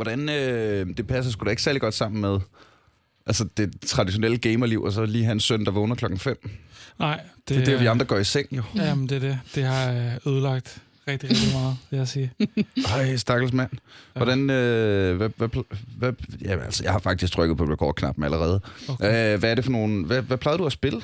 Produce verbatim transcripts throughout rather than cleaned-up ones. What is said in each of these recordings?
hvordan øh, det passer sgu da ikke særlig godt sammen med altså det traditionelle gamerliv, og så lige have en søn, der vågner klokken fem. Nej. Det, det er det, vi andre går i seng, jo. Jamen, det er det. Det har ødelagt rigtig, rigtig meget, vil jeg sige. Ej, stakkels mand. Hvordan, øh, hvad, hvad, hvad, ja, altså, jeg har faktisk trykket på rekordknappen allerede. Okay. Øh, hvad er det for nogle, hvad, hvad plejede du at spille?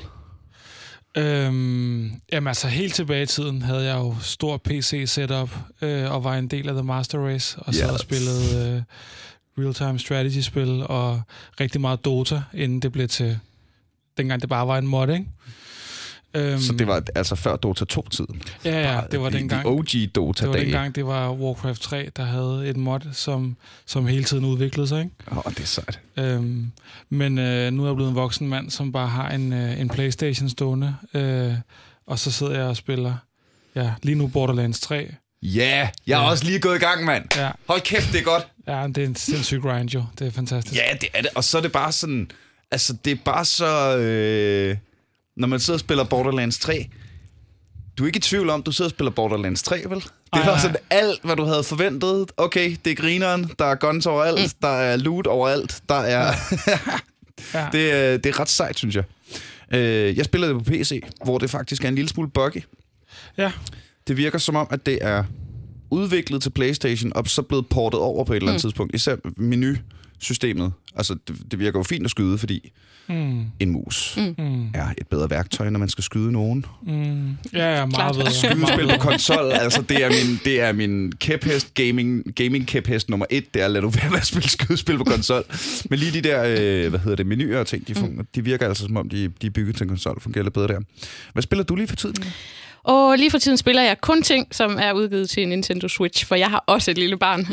Øhm, jamen altså, helt tilbage i tiden havde jeg jo stor P C-setup, øh, og var en del af The Master Race, og så yes. spillede øh, real-time strategy-spil, og rigtig meget Dota, inden det blev til, dengang det bare var en mod, ikke? Um, så det var altså før Dota to-tiden? Ja, ja, det var dengang. O G Dota-dage. Det var dengang, det var Warcraft tre, der havde et mod, som, som hele tiden udviklede sig, ikke? Åh, oh, det er sejt. Um, men uh, nu er jeg blevet en voksen mand, som bare har en, uh, en PlayStation stående, uh, og så sidder jeg og spiller, ja, lige nu Borderlands tre. Ja, yeah, jeg er ja. også lige gået i gang, mand. Ja. Hold kæft, det er godt. Ja, det er en sindssyg grind, jo. Det er fantastisk. Ja, det er det. Og så er det bare sådan, altså det er bare så... Øh Når man sidder og spiller Borderlands tre, du er ikke i tvivl om, du sidder og spiller Borderlands tre, vel? Det ej, var sådan ej. alt, hvad du havde forventet. Okay, det er grineren, der er guns overalt, mm. der er loot overalt, der er... ja. det, er det er ret sejt, synes jeg. Jeg spiller det på P C, hvor det faktisk er en lille smule buggy. Ja. Det virker som om, at det er udviklet til PlayStation, og så blevet portet over på et eller andet mm. tidspunkt. Især menusystemet. Altså, det, det virker jo fint at skyde, fordi mm. en mus mm. er et bedre værktøj, når man skal skyde nogen. Mm. Ja, ja, meget bedre. Skydespil på konsol, altså det er min, det er min kæphest, gaming, gaming kæphest nummer et, det er at lade du være med at spille skydespil på konsol. Men lige de der, øh, hvad hedder det, menuer og ting, de, fun- de virker altså som om, de, de er bygget til en konsol, fungerer lidt bedre der. Hvad spiller du lige for tiden? Og lige for tiden spiller jeg kun ting, som er udgivet til Nintendo Switch, for jeg har også et lille barn.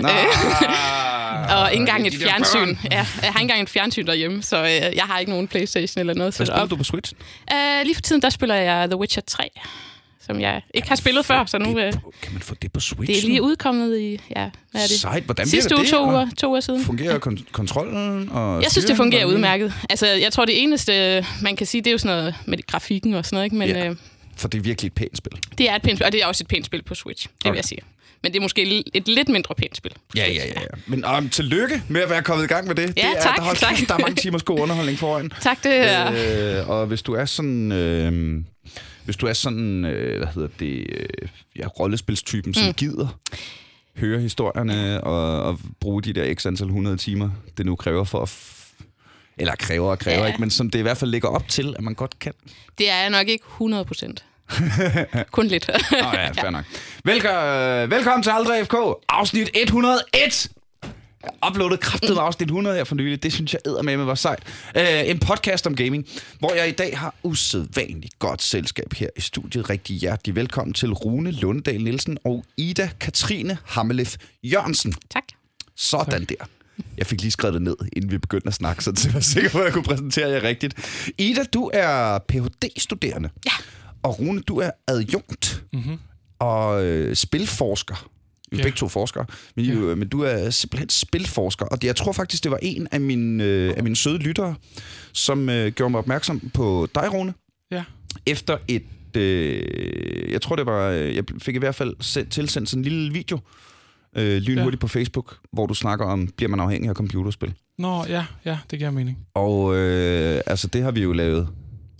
og ikke engang et fjernsyn. Ja, jeg har ikke engang et fjernsyn derhjemme, så øh, jeg har ikke nogen PlayStation eller noget. Hvad spiller du på Switch? Uh, lige for tiden, der spiller jeg The Witcher tre, som jeg ikke har spillet før, så nu... Øh, kan man få det på Switch? Det er lige udkommet i... Ja, hvad er det? Sejt, hvordan sidste uge, to uger, to uger siden. Fungerer kon- kontrollen og... Jeg synes, det fungerer udmærket. Altså, jeg tror, det eneste, man kan sige, det er jo sådan noget med grafikken og sådan noget, ikke? Men... Ja. Øh, For det er virkelig et pænt spil. Det er et pænt spil, og det er også et pænt spil på Switch, det okay. vil jeg sige. Men det er måske et lidt mindre pænt spil. Ja, ja, ja. Men um, tillykke med at være kommet i gang med det. Ja, det er, tak. Der, hold, tak. der er mange timers god underholdning foran. Tak, det er... Øh, og hvis du er sådan... Øh, hvis du er sådan, øh, hvad hedder det, øh, ja, rollespilstypen, som mm. gider høre historierne og, og bruge de der x antal hundrede timer, det nu kræver for at... F- eller kræver og kræver, ja. ikke, men som det i hvert fald ligger op til, at man godt kan. Det er nok ikke hundrede procent. Kun lidt. Åh oh, ja, fair nok. Velkommen, velkommen til Aldrig F K, afsnit et hundrede og et. Jeg uploadede kraftigt med afsnit hundrede her for nylig. Det synes jeg eddermame var sejt. Uh, en podcast om gaming, hvor jeg i dag har usædvanligt godt selskab her i studiet. Rigtig hjertelig velkommen til Rune Lundahl Nielsen og Ida Katrine Hammelef Jørgensen. Tak. Sådan tak. Der. Jeg fik lige skrevet det ned, inden vi begyndte at snakke, så jeg var sikker på, at jeg kunne præsentere jer rigtigt. Ida, du er P H D-studerende. Ja. Og Rune, du er adjunkt mm-hmm. og øh, spilforsker. Vi er ja. begge to forskere, men, ja. øh, men du er simpelthen spilforsker. Og det, jeg tror faktisk, det var en af mine, øh, af mine søde lyttere, som øh, gjorde mig opmærksom på dig, Rune. Ja. Efter et... Øh, jeg tror, det var... Jeg fik i hvert fald sendt, tilsendt sådan en lille video, øh, lynhurtigt ja. på Facebook, hvor du snakker om, bliver man afhængig af computerspil? Nå, ja, ja, det giver mening. Og øh, altså, det har vi jo lavet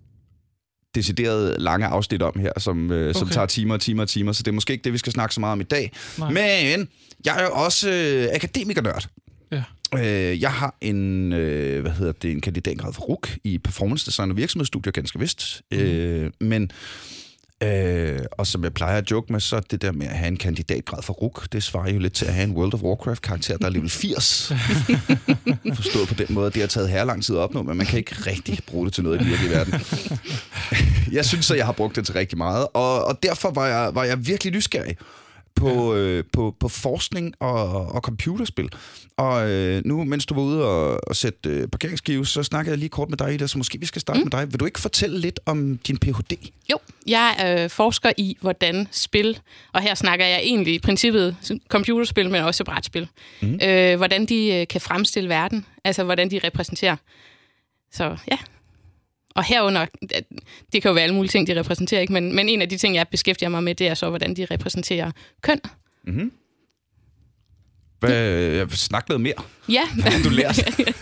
decideret lange afsnit om her, som, øh, okay. som tager timer og timer og timer, så det er måske ikke det, vi skal snakke så meget om i dag. Nej. Men jeg er jo også øh, akademikernørd. Ja. Øh, jeg har en, øh, hvad hedder det, en kandidatgrad for R U C i performance design og virksomhedsstudier, ganske vist. Mm. Øh, men Øh, og som jeg plejer at joke med, så det der med at have en kandidatgrad for R U C, det svarer jo lidt til at have en World of Warcraft-karakter, der er level firs. Forstået på den måde, det har taget her lang tid at opnå, men man kan ikke rigtig bruge det til noget i den virkelige verden. Jeg synes, at jeg har brugt det til rigtig meget, og, og derfor var jeg, var jeg virkelig nysgerrig på, ja. øh, på, på forskning og, og computerspil. Og øh, nu, mens du var ude og, og sætte øh, parkeringsskive, så snakkede jeg lige kort med dig, Ida, så måske vi skal starte mm. med dig. Vil du ikke fortælle lidt om din P H D? Jo, jeg øh, forsker i, hvordan spil, og her snakker jeg egentlig i princippet computerspil, men også brætspil, mm. øh, hvordan de øh, kan fremstille verden, altså hvordan de repræsenterer. Så ja. Og herunder, det kan jo være alle mulige ting, de repræsenterer, ikke? Men, men en af de ting, jeg beskæftiger mig med, det er så, hvordan de repræsenterer køn. Mm-hmm. Hvad, snak noget mere. Ja. Hvad har du lært?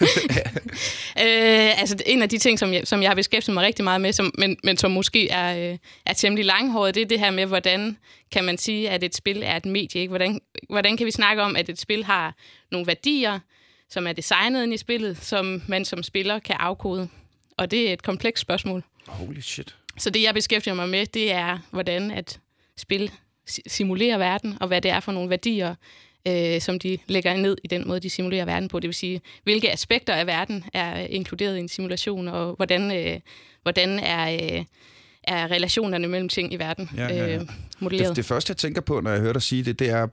øh, altså, en af de ting, som jeg, som jeg har beskæftiget mig rigtig meget med, som, men, men som måske er, øh, er temmelig langhåret, det er det her med, hvordan kan man sige, at et spil er et medie, ikke? Hvordan, hvordan kan vi snakke om, at et spil har nogle værdier, som er designet ind i spillet, som man som spiller kan afkode? Og det er et komplekst spørgsmål. Holy shit. Så det, jeg beskæftiger mig med, det er, hvordan at spil simulerer verden, og hvad det er for nogle værdier, øh, som de lægger ned i den måde, de simulerer verden på. Det vil sige, hvilke aspekter af verden er inkluderet i en simulation, og hvordan, øh, hvordan er, øh, er relationerne mellem ting i verden ja, ja, ja. Øh, modelleret. Det, det første, jeg tænker på, når jeg hører dig sige det, det er,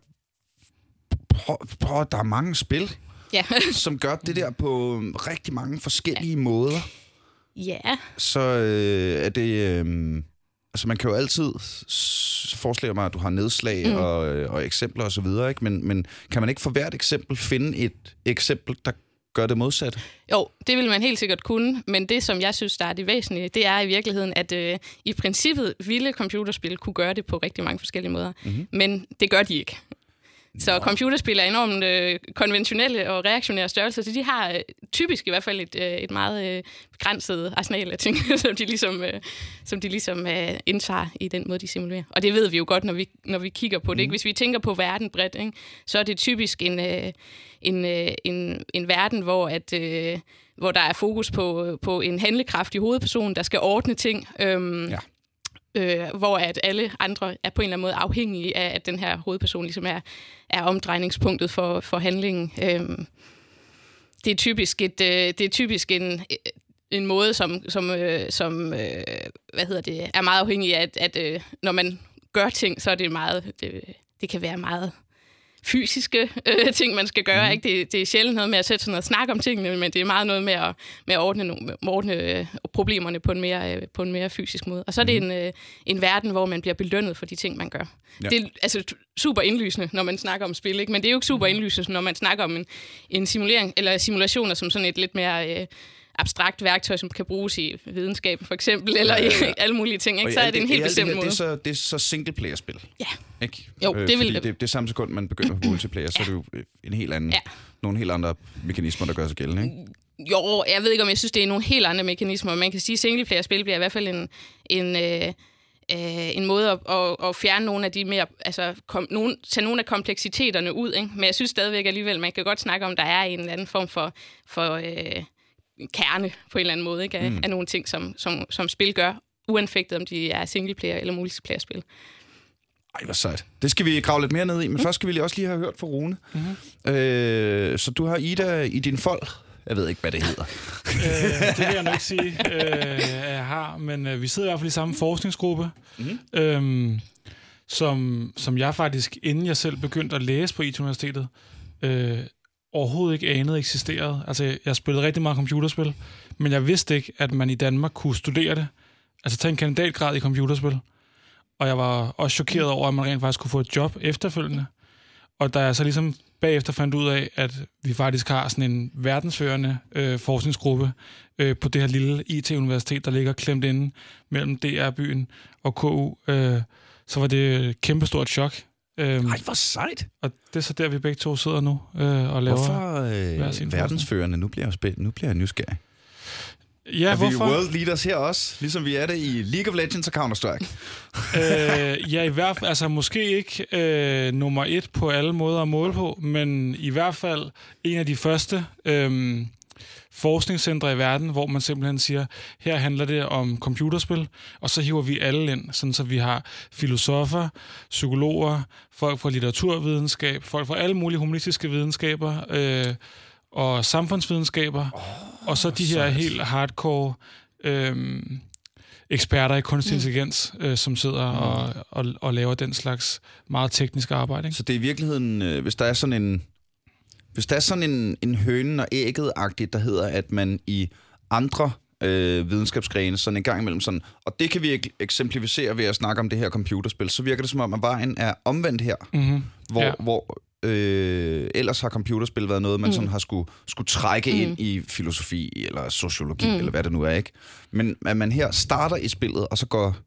prøv, prøv, der er mange spil, ja. som gør det der på rigtig mange forskellige ja. måder. Ja. Så øh, er det... Øh, altså, man kan jo altid forestille mig, at du har nedslag mm. og, og eksempler osv., ikke? Men, men kan man ikke for hvert eksempel finde et eksempel, der gør det modsatte? Jo, det vil man helt sikkert kunne, men det, som jeg synes, der er det væsentlige, det er i virkeligheden, at øh, i princippet ville computerspil kunne gøre det på rigtig mange forskellige måder, mm-hmm. men det gør de ikke. Så computerspil er enormt øh, konventionelle og reaktionære størrelser, så de har øh, typisk i hvert fald et, øh, et meget øh, begrænset arsenal af ting, som de ligesom, øh, som de ligesom øh, indtager i den måde, de simulerer. Og det ved vi jo godt, når vi, når vi kigger på det. Mm. Ikke? Hvis vi tænker på verden bredt, ikke? Så er det typisk en, øh, en, øh, en, en verden, hvor, at, øh, hvor der er fokus på, på en handlekraftig hovedperson, der skal ordne ting. Øhm, ja. Øh, hvor at alle andre er på en eller anden måde afhængige af, at den her hovedperson ligesom er, er omdrejningspunktet for, for handlingen. Øhm, det er typisk, et, øh, det er typisk en, en måde, som, som, øh, som øh, hvad hedder det, er meget afhængig af, at, at øh, når man gør ting, så er det meget, det, det kan være meget fysiske øh, ting, man skal gøre. Mm. Ikke? Det, det er sjældent noget med at sætte sig ned og snakke om tingene, men det er meget noget med at, med at ordne, nogle, ordne øh, problemerne på en, mere, øh, på en mere fysisk måde. Og så er det mm. en, øh, en verden, hvor man bliver belønnet for de ting, man gør. Ja. Det er altså super indlysende, når man snakker om spil, ikke? Men det er jo ikke super indlysende, når man snakker om en, en simulering, eller simulationer som sådan et lidt mere... Øh, abstrakt værktøj, som kan bruges i videnskaben, for eksempel, eller ja, ja, ja. i alle mulige ting, ikke? Så er det en helt bestemt måde. Det er så, det er så single-player-spil. Ja. Ikke? Jo, øh, det vil det. Det, det samme sekund, man begynder på multiplayer, ja. så er det jo en helt anden, ja. nogle helt andre mekanismer, der gør sig gældende, ikke? Jo, jeg ved ikke, om jeg synes, det er nogle helt andre mekanismer. Man kan sige, at single-player-spil bliver i hvert fald en... en øh, Øh, en måde at, at, at fjerne nogle af de mere, altså kom, nogle, tage nogle af kompleksiteterne ud, ikke? Men jeg synes stadigvæk alligevel, man kan godt snakke om, at der er en eller anden form for, for øh, kerne på en eller anden måde, ikke? Af, mm. af nogle ting, som, som, som spil gør, uanfægtet om de er singleplayer eller multiplayer-spil. Ej, hvor sejt. Det skal vi grave lidt mere ned i, men mm. først skal vi lige også lige have hørt fra Rune. Mm-hmm. Øh, så du har Ida i din fold. Jeg ved ikke, hvad det hedder. øh, det vil jeg nok ikke sige, øh, at jeg har, men øh, vi sidder i hvert fald i samme forskningsgruppe, mm-hmm. øhm, som, som jeg faktisk, inden jeg selv begyndte at læse på I T Universitetet, øh, overhovedet ikke anede eksisterede. Altså, jeg spillede rigtig meget computerspil, men jeg vidste ikke, at man i Danmark kunne studere det. Altså, tage en kandidatgrad i computerspil. Og jeg var også chokeret over, at man rent faktisk kunne få et job efterfølgende. Og da jeg så ligesom bagefter fandt ud af, at vi faktisk har sådan en verdensførende øh, forskningsgruppe øh, på det her lille I T-universitet, der ligger klemt inde mellem D R-byen og K U, øh, så var det et kæmpestort chok. Øhm, Ej, hvor sejt! Og det er så der, vi begge to sidder nu øh, og laver. Hvorfor øh, verdensførende? Nu bliver jeg spændt. Nu bliver jeg nysgerrig. Ja, er hvorfor? vi world leaders her også, ligesom vi er det i League of Legends og Counter-Strike? øh, ja, i hvert fald, altså måske ikke øh, nummer et på alle måder at måle på, men i hvert fald en af de første øh, forskningscentre i verden, hvor man simpelthen siger, her handler det om computerspil, og så hiver vi alle ind, sådan så vi har filosofer, psykologer, folk fra litteraturvidenskab, folk fra alle mulige humanistiske videnskaber, øh, og samfundsvidenskaber, oh, og så de her sejt. helt hardcore øhm, eksperter i kunstig intelligens, øh, som sidder mm. og, og, og laver den slags meget tekniske arbejde. Ikke? Så det er i virkeligheden, øh, hvis der er sådan en, hvis der er sådan en, en hønen og ægget-agtigt, der hedder, at man i andre øh, videnskabsgrene sådan en gang imellem sådan, og det kan vi ek- eksemplificere ved at snakke om det her computerspil, så virker det som om, at vejen er omvendt her, mm-hmm. hvor, ja. hvor Øh, ellers har computerspil været noget, man mm. sådan har skulle, skulle trække mm. ind i filosofi eller sociologi, mm. eller hvad det nu er, ikke? Men at man her starter i spillet, og så går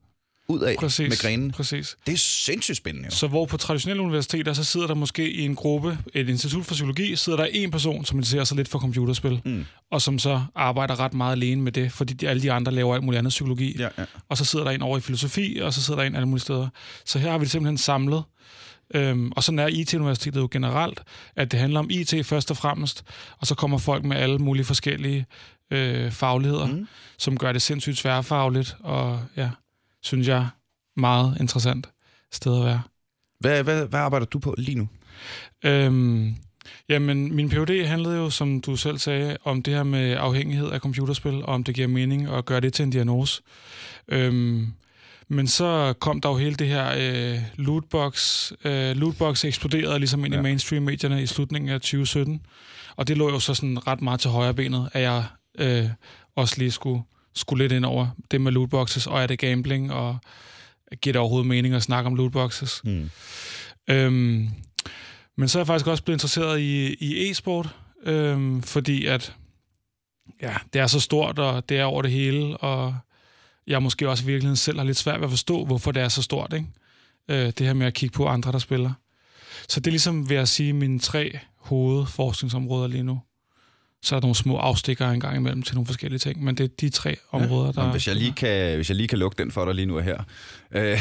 ud af præcis, med grenen. Præcis. Det er sindssygt spændende. Jo. Så hvor på traditionelle universiteter, så sidder der måske i en gruppe, et institut for psykologi, sidder der en person, som interesserer sig lidt for computerspil, mm. og som så arbejder ret meget alene med det, fordi de, alle de andre laver alt muligt andet psykologi. Ja, ja. Og så sidder der en over i filosofi, og så sidder der en alle mulige steder. Så her har vi det simpelthen samlet. Øhm, og sådan er I T-universitetet jo generelt, at det handler om I T først og fremmest, og så kommer folk med alle mulige forskellige øh, fagligheder, mm. som gør det sindssygt tværfagligt, og ja, synes jeg, meget interessant sted at være. Hvad, hvad, hvad arbejder du på lige nu? Øhm, jamen, min P H D handlede jo, som du selv sagde, om det her med afhængighed af computerspil, og om det giver mening at gøre det til en diagnose. Øhm, Men så kom der jo hele det her øh, lootbox. Øh, lootbox eksploderede ligesom ind ja. i mainstream-medierne i slutningen af tyve sytten. Og det lå jo så sådan ret meget til højre benet, at jeg øh, også lige skulle, skulle lidt ind over det med lootboxes, og er det gambling, og giver det overhovedet mening at snakke om lootboxes. Mm. Øhm, men så er jeg faktisk også blevet interesseret i, i e-sport, øhm, fordi at ja, det er så stort, og det er over det hele, og jeg måske også i virkeligheden selv har lidt svært ved at forstå, hvorfor det er så stort, ikke? Øh, det her med at kigge på andre, der spiller. Så det er ligesom, vil jeg sige, mine tre hovedforskningsområder lige nu. Så er der nogle små afstikker engang imellem til nogle forskellige ting, men det er de tre områder, ja, der... Hvis jeg, lige kan, hvis jeg lige kan lukke den for dig lige nu her. Øh,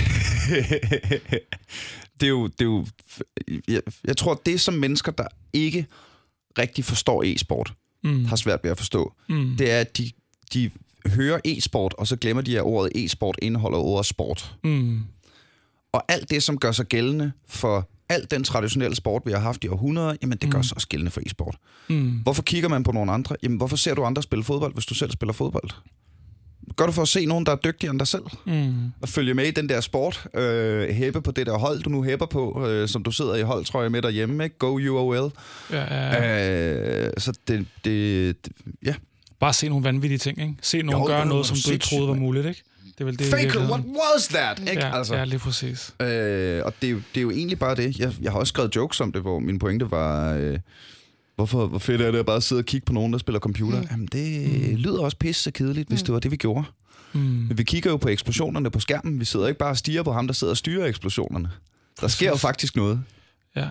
det er jo... Det er jo jeg, jeg tror, det som mennesker, der ikke rigtig forstår e-sport, mm. har svært ved at forstå, mm. det er, at de... de hører e-sport, og så glemmer de, at ordet e-sport indeholder ordet sport. Mm. Og alt det, som gør sig gældende for al den traditionelle sport, vi har haft i århundreder, jamen det gør sig også gældende for e-sport. Mm. Hvorfor kigger man på nogle andre? Jamen hvorfor ser du andre spille fodbold, hvis du selv spiller fodbold? Gør du for at se nogen, der er dygtigere end dig selv? Mm. Og følge med i den der sport, øh, hæppe på det der hold, du nu hæpper på, øh, som du sidder i holdtrøje med derhjemme, ikke? Go U O L. Ja, ja, ja. Øh, så det, det, det... Ja. Bare se nogle vanvittige ting, ikke? Se nogen jo, gøre noget, som du ikke troede var muligt, ikke? Det er vel det, Faker, what was that? Ikke? Ja, altså, ja, lige præcis. Øh, og det er, jo, det er jo egentlig bare det. Jeg, jeg har også skrevet jokes om det, hvor min pointe var, øh, hvorfor, hvor fedt er det at bare sidde og kigge på nogen, der spiller computer? Mm. Jamen, det mm. lyder også pisse kedeligt, hvis mm. det var det, vi gjorde. Mm. Men vi kigger jo på eksplosionerne på skærmen. Vi sidder ikke bare og stiger på ham, der sidder og styrer eksplosionerne. Der sker jo faktisk noget. Ja.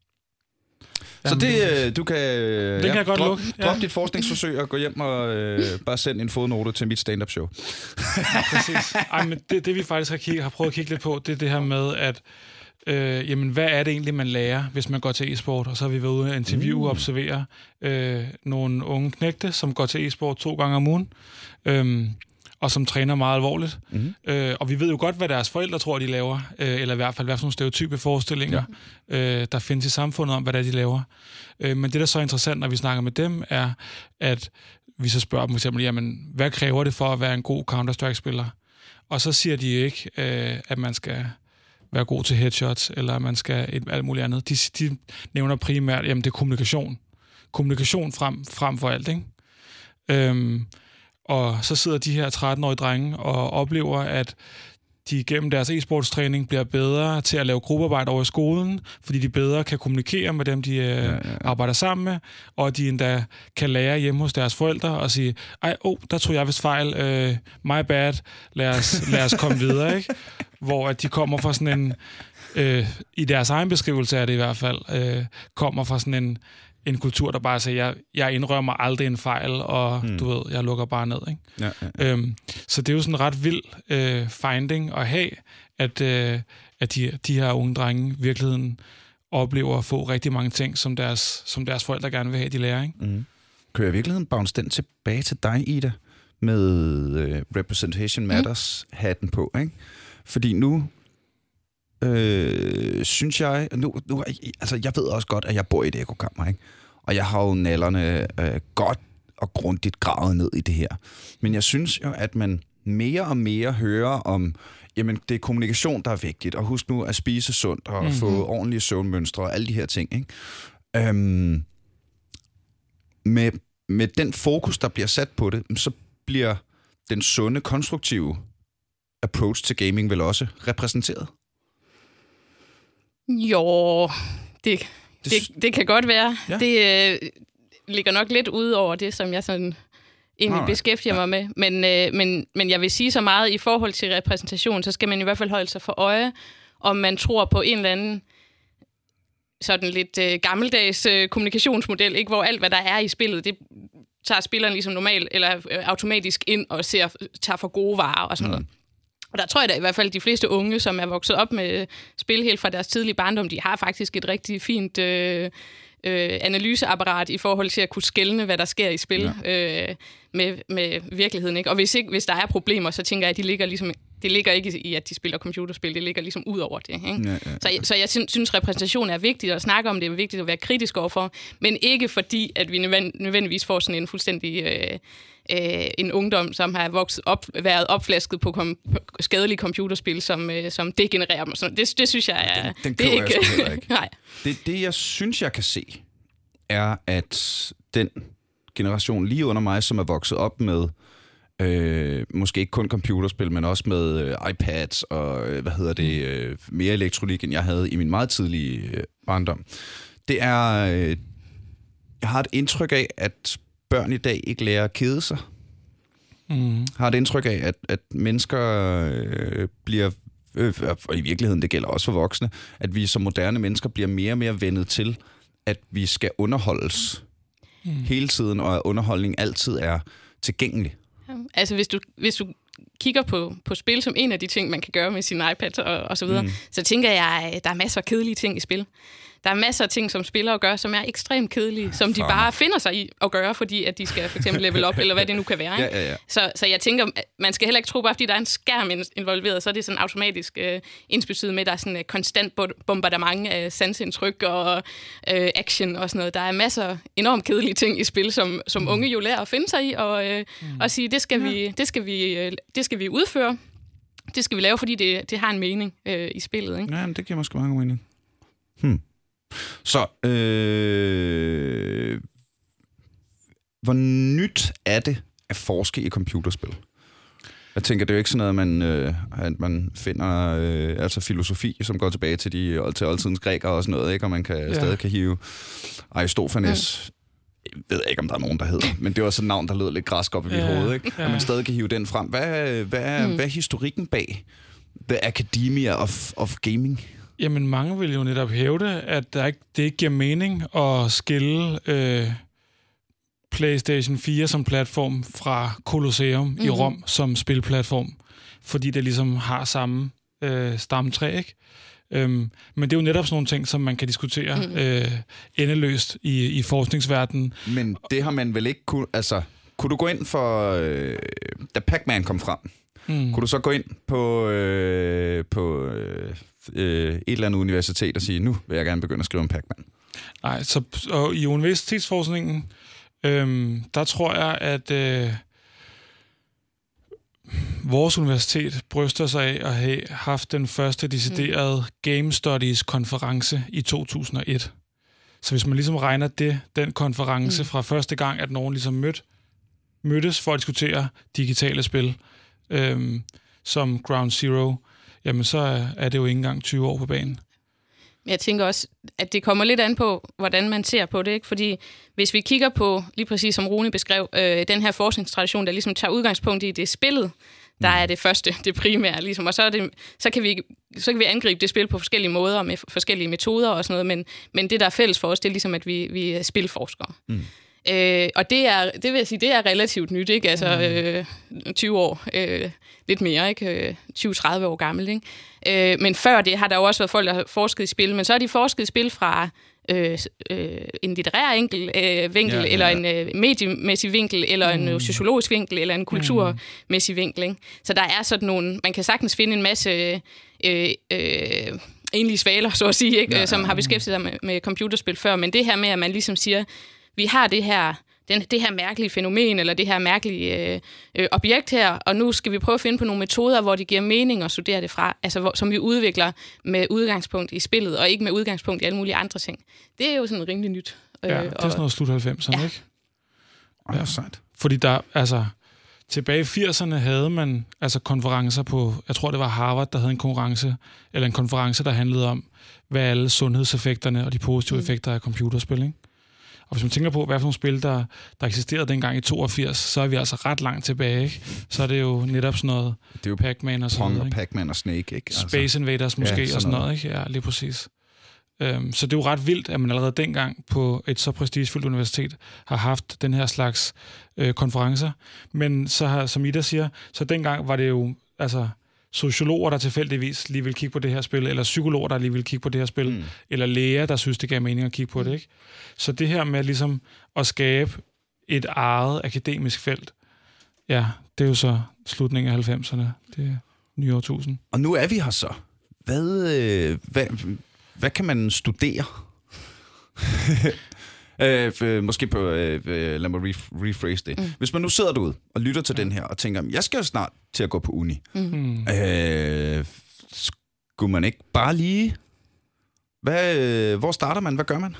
Så det, du kan, det kan ja, jeg godt drop, lukke. Ja. Drop dit forskningsforsøg og gå hjem og øh, bare send en fodnote til mit stand-up show. Præcis. Ej, men det, det vi faktisk har, kigget, har prøvet at kigge lidt på, det er det her med, at øh, jamen, hvad er det egentlig, man lærer, hvis man går til e-sport? Og så har vi været ude og interviewe og observere øh, nogle unge knægte, som går til e-sport to gange om ugen. Øh, og som træner meget alvorligt. Mm-hmm. Øh, og vi ved jo godt, hvad deres forældre tror, de laver, øh, eller i hvert fald hvad for nogle stereotype forestillinger, ja. øh, der findes i samfundet om, hvad det er, de laver. Øh, men det, der er så interessant, når vi snakker med dem, er, at vi så spørger dem for eksempel, jamen, hvad kræver det for at være en god Counter-Strike-spiller? Og så siger de ikke, øh, at man skal være god til headshots, eller at man skal et, alt muligt andet. De, de nævner primært, jamen, det er kommunikation. Kommunikation frem, frem for alt, ikke? Øh, Og så sidder de her tretten-årige drenge og oplever, at de gennem deres e-sportstræning bliver bedre til at lave gruppearbejde over i skolen, fordi de bedre kan kommunikere med dem, de ja, ja, ja. arbejder sammen med, og de endda kan lære hjemme hos deres forældre og sige, ej, oh, der tror jeg vist fejl, uh, my bad, lad os, lad os komme videre, ikke? Hvor at de kommer fra sådan en, uh, i deres egen beskrivelse er det i hvert fald, uh, kommer fra sådan en, en kultur, der bare siger, jeg, jeg indrømmer aldrig en fejl, og hmm. du ved, jeg lukker bare ned. Ikke? Ja, ja, ja. Øhm, så det er jo sådan en ret vild øh, finding at have, at, øh, at de, de her unge drenge virkeligheden oplever at få rigtig mange ting, som deres, som deres forældre gerne vil have, de lærer. Ikke? Mm. Kan jeg i virkeligheden bounce den tilbage til dig, Ida, med øh, Representation Matters-hatten på? Ikke? Fordi nu Øh, synes jeg, nu, nu, altså jeg ved også godt, at jeg bor i et ekokammer, ikke? Og jeg har jo nallerne øh, godt og grundigt gravet ned i det her. Men jeg synes jo, at man mere og mere hører om, jamen det er kommunikation, der er vigtigt, og husk nu at spise sundt og mm-hmm. få ordentlige søvnmønstre og alle de her ting, ikke? Øhm, med, med den fokus, der bliver sat på det, så bliver den sunde, konstruktive approach til gaming vel også repræsenteret. Jo, det, det, det kan godt være. Ja. Det øh, ligger nok lidt ud over det, som jeg sådan egentlig right. beskæftiger ja. mig med. Men, øh, men, men jeg vil sige så meget, i forhold til repræsentation, så skal man i hvert fald holde sig for øje, om man tror på en eller anden sådan lidt øh, gammeldags øh, kommunikationsmodel, ikke, hvor alt, hvad der er i spillet, det tager spilleren ligesom normalt, eller øh, automatisk ind og ser, tager for gode varer og sådan noget. Mm. Og der tror jeg da i hvert fald, at de fleste unge, som er vokset op med spil helt fra deres tidlige barndom, de har faktisk et rigtig fint øh, øh, analyseapparat i forhold til at kunne skelne, hvad der sker i spil ja. øh, med, med virkeligheden. Ikke? Og hvis, ikke, hvis der er problemer, så tænker jeg, at de ligger ligesom... Det ligger ikke i, at de spiller computerspil. Det ligger ligesom ud over det. Ikke? Ja, ja, ja. Så, så jeg synes, repræsentation er vigtigt, og snakke om det er vigtigt at være kritisk overfor, men ikke fordi, at vi nødvendigvis får sådan en fuldstændig øh, øh, en ungdom, som har vokset op, været opflasket på, kom, på skadelige computerspil, som, øh, som degenererer dem. Så det, det synes jeg er... Den, den det er ikke, jeg heller ikke. Nej. Det, det, jeg synes, jeg kan se, er, at den generation lige under mig, som er vokset op med Øh, måske ikke kun computerspil, men også med øh, iPads og øh, hvad hedder det, øh, mere elektronik, end jeg havde i min meget tidlige øh, barndom. Det er, øh, jeg har et indtryk af, at børn i dag ikke lærer at kede sig. Mm. Jeg har et indtryk af, at, at mennesker øh, bliver, øh, og i virkeligheden det gælder også for voksne, at vi som moderne mennesker bliver mere og mere vendet til, at vi skal underholdes mm. hele tiden, og at underholdning altid er tilgængelig. Altså, hvis du, hvis du kigger på, på spil som en af de ting, man kan gøre med sin iPad og, og så videre, mm. så tænker jeg, at der er masser af kedelige ting i spil. Der er masser af ting, som spillere gør, som er ekstremt kedelige, som de bare finder sig i at gøre, fordi at de skal for eksempel level op, eller hvad det nu kan være. Ikke? Ja, ja, ja. Så, så jeg tænker, man skal heller ikke tro, bare fordi der er en skærm involveret, så er det sådan automatisk øh, ensbetydende med, at der er sådan et konstant bombardement af sansindtryk og øh, action og sådan noget. Der er masser af enormt kedelige ting i spil, som, som mm. unge jo lærer at finde sig i, og, øh, mm. og sige, det skal, ja. vi, det, skal vi, øh, det skal vi udføre. Det skal vi lave, fordi det, det har en mening øh, i spillet. Ikke? Ja, men det giver måske mange mening. Hmm. Så, øh, hvor nyt er det at forske i computerspil? Jeg tænker, det er jo ikke sådan noget, man, øh, at man finder øh, altså filosofi, som går tilbage til de til oldtidens grækere og sådan noget, ikke? Og man kan, ja. stadig kan hive Aristofanes, jeg ved ikke, om der er nogen, der hedder, men det var sådan et navn, der lød lidt græsk op i ja. mit hoved, ikke? Ja. Og man stadig kan hive den frem. Hvad, hvad, mm. hvad er historikken bag The Academia of, of Gaming? Jamen, mange vil jo netop hævde, at der ikke, det ikke giver mening at skille øh, PlayStation fire som platform fra Colosseum mm-hmm. i Rom som spilplatform, fordi det ligesom har samme øh, stamtræ, ikke? Øhm, men det er jo netop sådan nogle ting, som man kan diskutere mm-hmm. øh, endeløst i, i forskningsverdenen. Men det har man vel ikke kunne... Altså, kunne du gå ind for... Øh, da Pac-Man kom frem, mm. kunne du så gå ind på... Øh, på øh, et eller andet universitet og sige, nu vil jeg gerne begynde at skrive om Pac-Man? Nej, så og i universitetsforskningen, øhm, der tror jeg, at øh, vores universitet bryster sig af at have haft den første deciderede mm. Game Studies-konference i to tusind og et. Så hvis man ligesom regner det, den konference mm. fra første gang, at nogen ligesom mød, mødtes for at diskutere digitale spil, øhm, som Ground Zero, jamen så er det jo ikke engang tyve år på banen. Jeg tænker også, at det kommer lidt an på, hvordan man ser på det, ikke? Fordi hvis vi kigger på, lige præcis som Rune beskrev, øh, den her forskningstradition, der ligesom tager udgangspunkt i det spillet, der er det første, det primære, ligesom. Og så, er det, så, kan vi, så kan vi angribe det spil på forskellige måder, med forskellige metoder og sådan noget, men, men det, der er fælles for os, det er ligesom, at vi, vi er spilforskere. Mm. Øh, og det er, det vil jeg sige, det er relativt nyt, ikke? Altså øh, tyve år, øh, lidt mere, ikke? tyve til tredive år gammel, ikke? Øh, men før det har der jo også været folk, der har forsket i spil, men så har de forsket i spil fra øh, øh, en litterær enkel, øh, vinkel, ja, ja, ja. eller en øh, mediemæssig vinkel, eller mm. en sociologisk vinkel, eller en kulturmæssig vinkel, ikke? Så der er sådan nogle, man kan sagtens finde en masse øh, øh, enlige svaler, så at sige, ikke? Ja, ja. Som har beskæftiget sig med, med computerspil før, men det her med, at man ligesom siger, vi har det her, den, det her mærkelige fænomen, eller det her mærkelige øh, øh, objekt her, og nu skal vi prøve at finde på nogle metoder, hvor det giver mening at studere det fra, altså hvor, som vi udvikler med udgangspunkt i spillet, og ikke med udgangspunkt i alle mulige andre ting. Det er jo sådan rimelig nyt. Øh, ja, det er sådan noget slut halvfemserne, ja. ikke? Ja, sejt. Fordi der, altså, tilbage i firserne havde man altså konferencer på, jeg tror det var Harvard, der havde en konference, eller en konference, der handlede om, hvad alle sundhedseffekterne og de positive mm. effekter af computerspil, ikke? Og hvis man tænker på, hvad for nogle spil, der, der eksisterede dengang i toogfirs, så er vi altså ret langt tilbage, ikke? Så er det jo netop sådan noget det er jo Pac-Man og sådan noget, ikke? Pac-Man og Snake, ikke? Space altså, Invaders måske, ja, sådan og sådan noget, ikke? Ja, lige præcis. Um, så det er jo ret vildt, at man allerede dengang på et så prestigefuldt universitet har haft den her slags øh, konferencer. Men så har, som Ida siger, så dengang var det jo altså sociologer, der tilfældigvis lige vil kigge på det her spil, eller psykologer, der lige vil kigge på det her spil, mm. eller læger, der synes, det gav mening at kigge på det, ikke? Så det her med ligesom at skabe et eget akademisk felt, ja, det er jo så slutningen af halvfemserne, det er nye årtusind. Og nu er vi her så. Hvad, øh, hvad, hvad kan man studere? øh, måske på, øh, lad mig ref- rephrase det. Mm. Hvis man nu sidder derude og lytter til mm. den her, og tænker, jeg skal jo snart til at gå på uni. Mm. Øh, skulle man ikke bare lige... Hvad, øh, hvor starter man? Hvad gør man?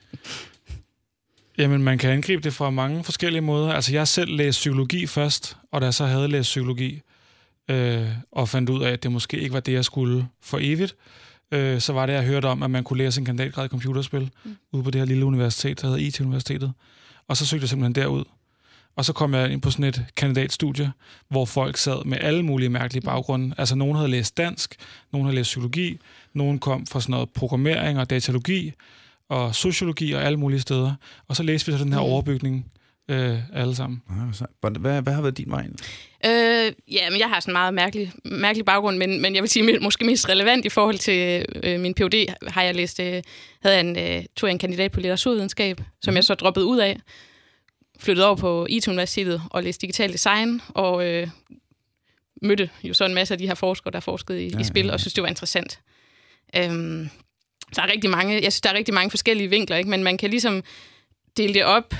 Jamen, man kan angribe det fra mange forskellige måder. Altså, jeg selv læste psykologi først, og da jeg så havde læst psykologi, øh, og fandt ud af, at det måske ikke var det, jeg skulle for evigt, øh, så var det, jeg hørte om, at man kunne læse en kandidatgrad i computerspil mm. ude på det her lille universitet, der hedder I T-universitetet. Og så søgte jeg simpelthen derud. Og så kom jeg ind på sådan et kandidatstudie, hvor folk sad med alle mulige mærkelige baggrunde. Altså, nogen havde læst dansk, nogen havde læst psykologi, nogen kom fra sådan noget programmering og datalogi, og sociologi og alle mulige steder. Og så læste vi så den her overbygning øh, alle sammen. Hvad, hvad, hvad har været din vej? Øh, ja, men jeg har sådan en meget mærkelig, mærkelig baggrund, men, men jeg vil sige, måske mest relevant i forhold til øh, min P H D, har jeg læst, øh, havde jeg en, øh, tog jeg en kandidat på litteraturvidenskab, som mm. jeg så droppede ud af, flyttede over på I T-universitetet og læste digital design, og øh, mødte jo så en masse af de her forskere, der forskede i, ja, i spil, ja, ja. Og synes, det var interessant. Øhm, der er rigtig mange, jeg synes, der er rigtig mange forskellige vinkler, ikke? Men man kan ligesom dele det op,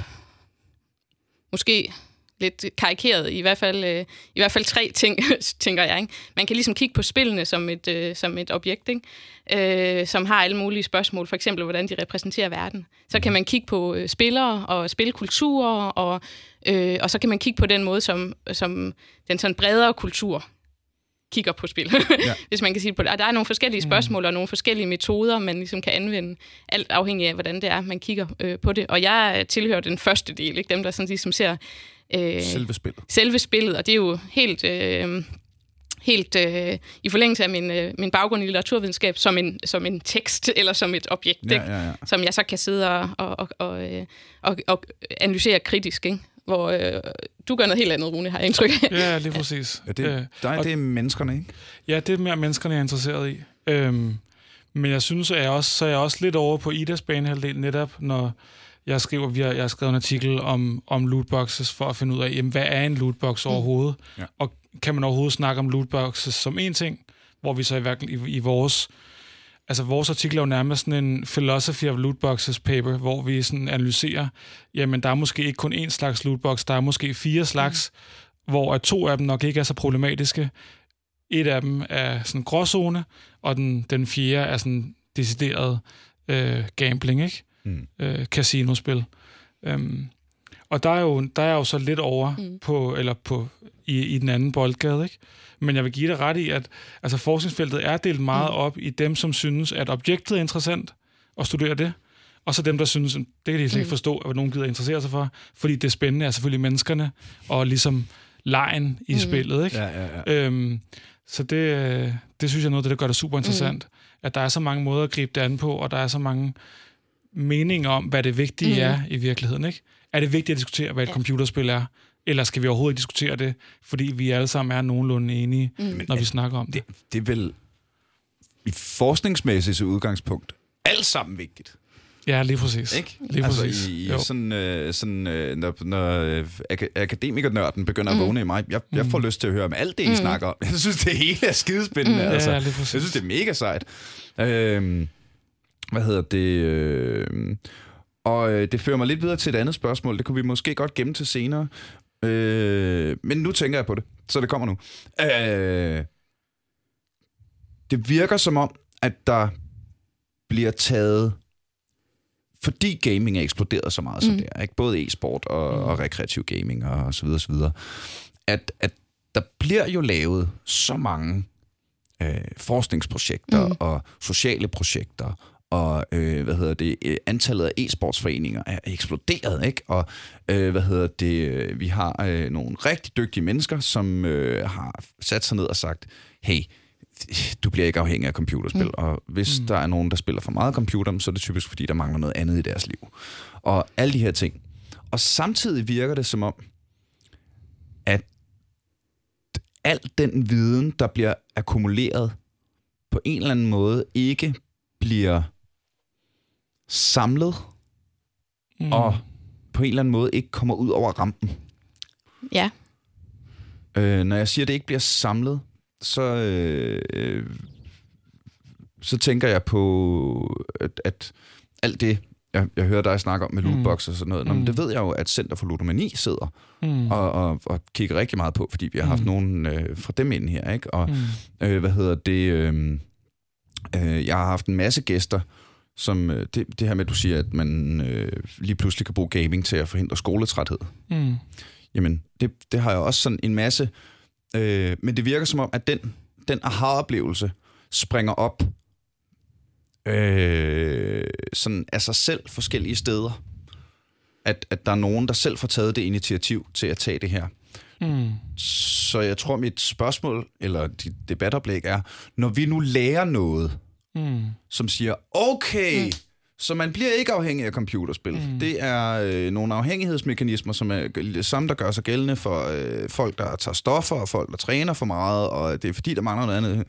måske lidt karikeret, i hvert fald, øh, i hvert fald tre ting, tænker jeg. Ikke? Man kan ligesom kigge på spillene som et, øh, som et objekt, ikke? Øh, som har alle mulige spørgsmål, for eksempel, hvordan de repræsenterer verden. Så kan man kigge på øh, spillere og spilkulturer, og, øh, og så kan man kigge på den måde, som, som den sådan bredere kultur kigger på spil, ja. Hvis man kan sige det på det. Og der er nogle forskellige spørgsmål og nogle forskellige metoder, man ligesom kan anvende, alt afhængig af, hvordan det er, man kigger øh, på det. Og jeg tilhører den første del, ikke? Dem, der sådan ligesom ser øh, selve spillet. Selve spillet, og det er jo helt, øh, helt øh, i forlængelse af min, øh, min baggrund i litteraturvidenskab, som en, som en tekst eller som et objekt, ja, ja, ja. Som jeg så kan sidde og, og, og, og, og, og analysere kritisk, ikke? Hvor øh, du gør noget helt andet, Rune, har jeg indtryk af. Ja, lige præcis. Ja, det, øh, der, det er menneskerne, ikke? Ja, det er mere menneskerne, jeg er interesseret i. Øhm, men jeg synes, at jeg også, så er jeg også lidt over på Idas banehalvdel, netop når jeg skriver, vi har, jeg har skrevet en artikel om, om lootboxes, for at finde ud af, jamen, hvad er en lootbox overhovedet? Mm. Ja. Og kan man overhovedet snakke om lootboxes som en ting, hvor vi så i, i, i vores... Altså, vores artikel er jo nærmest sådan en philosophy of lootboxes paper, hvor vi sådan analyserer, jamen, der er måske ikke kun én slags lootbox, der er måske fire slags, mm. hvor to af dem nok ikke er så problematiske. Et af dem er sådan gråzone, og den, den fjerde er sådan decideret øh, gambling, ikke? Mm. Øh, casinospil. Um, og der er, jo, der er jo så lidt over mm. på, eller på, i, i den anden boldgade, ikke? Men jeg vil give det ret i, at altså, forskningsfeltet er delt meget mm. op i dem, som synes, at objektet er interessant, og studere det, og så dem, der synes, det kan de slet ikke forstå, at nogen gider interessere sig for, fordi det spændende er selvfølgelig menneskerne, og ligesom lejen i mm. spillet, ikke? Ja, ja, ja. Øhm, så det, det synes jeg er noget, der gør det super interessant, mm. at der er så mange måder at gribe det an på, og der er så mange meninger om, hvad det vigtige mm. er i virkeligheden, ikke? Er det vigtigt at diskutere, hvad et ja. computerspil er? Eller skal vi overhovedet diskutere det, fordi vi alle sammen er nogenlunde enige, mm. når vi snakker om det? det? Det er vel i forskningsmæssigt udgangspunkt alt sammen vigtigt. Ja, lige præcis. Ikke? Lige altså præcis. i, i sådan, øh, sådan øh, når, når ak- akademikernørden begynder mm. at vågne i mig, jeg, jeg får mm. lyst til at høre om alt det, I mm. snakker om. Jeg synes, det hele er skidespændende. Mm. Altså. Ja, lige præcis. Jeg synes, det er mega sejt. Øh, hvad hedder det... Øh, og øh, det fører mig lidt videre til et andet spørgsmål. Det kunne vi måske godt gemme til senere. Øh, men nu tænker jeg på det, så det kommer nu. Øh, det virker som om, at der bliver taget, fordi gaming er eksploderet så meget mm. som det er, ikke? Både e-sport og, mm. og rekreativ gaming og så videre, så videre, at, at der bliver jo lavet så mange øh, forskningsprojekter mm. og sociale projekter og øh, hvad hedder det, antallet af e-sportsforeninger er eksploderet, ikke? Og øh, hvad hedder det, vi har øh, nogle rigtig dygtige mennesker, som øh, har sat sig ned og sagt, hey, du bliver ikke afhængig af computerspil, mm. og hvis mm. der er nogen, der spiller for meget computer, så er det typisk, fordi der mangler noget andet i deres liv. Og alle de her ting. Og samtidig virker det som om, at al den viden, der bliver akkumuleret, på en eller anden måde ikke bliver samlet, mm. og på en eller anden måde ikke kommer ud over rampen. Ja. Øh, når jeg siger, at det ikke bliver samlet, så, øh, så tænker jeg på, at, at alt det, jeg, jeg hører dig snakke om med lootbox og sådan noget, mm. Nå, men det ved jeg jo, at Center for Ludomani sidder mm. og, og, og kigger rigtig meget på, fordi vi har haft mm. nogen øh, fra dem ind her, ikke? Og mm. øh, hvad hedder det... Øh, øh, jeg har haft en masse gæster, som øh, det, det her med, at du siger, at man øh, lige pludselig kan bruge gaming til at forhindre skoletræthed. Mm. Jamen, det, det har jeg også sådan en masse... Øh, men det virker som om, at den, den aha-oplevelse springer op øh, sådan af sig selv forskellige steder. At, at der er nogen, der selv får taget det initiativ til at tage det her. Mm. Så jeg tror, mit spørgsmål, eller dit debatoplæg er, når vi nu lærer noget, mm. som siger, okay, mm. så man bliver ikke afhængig af computerspil. Mm. Det er øh, nogle afhængighedsmekanismer, som er det samme, der gør sig gældende for øh, folk, der tager stoffer, og folk, der træner for meget, og det er fordi, der mangler noget andet.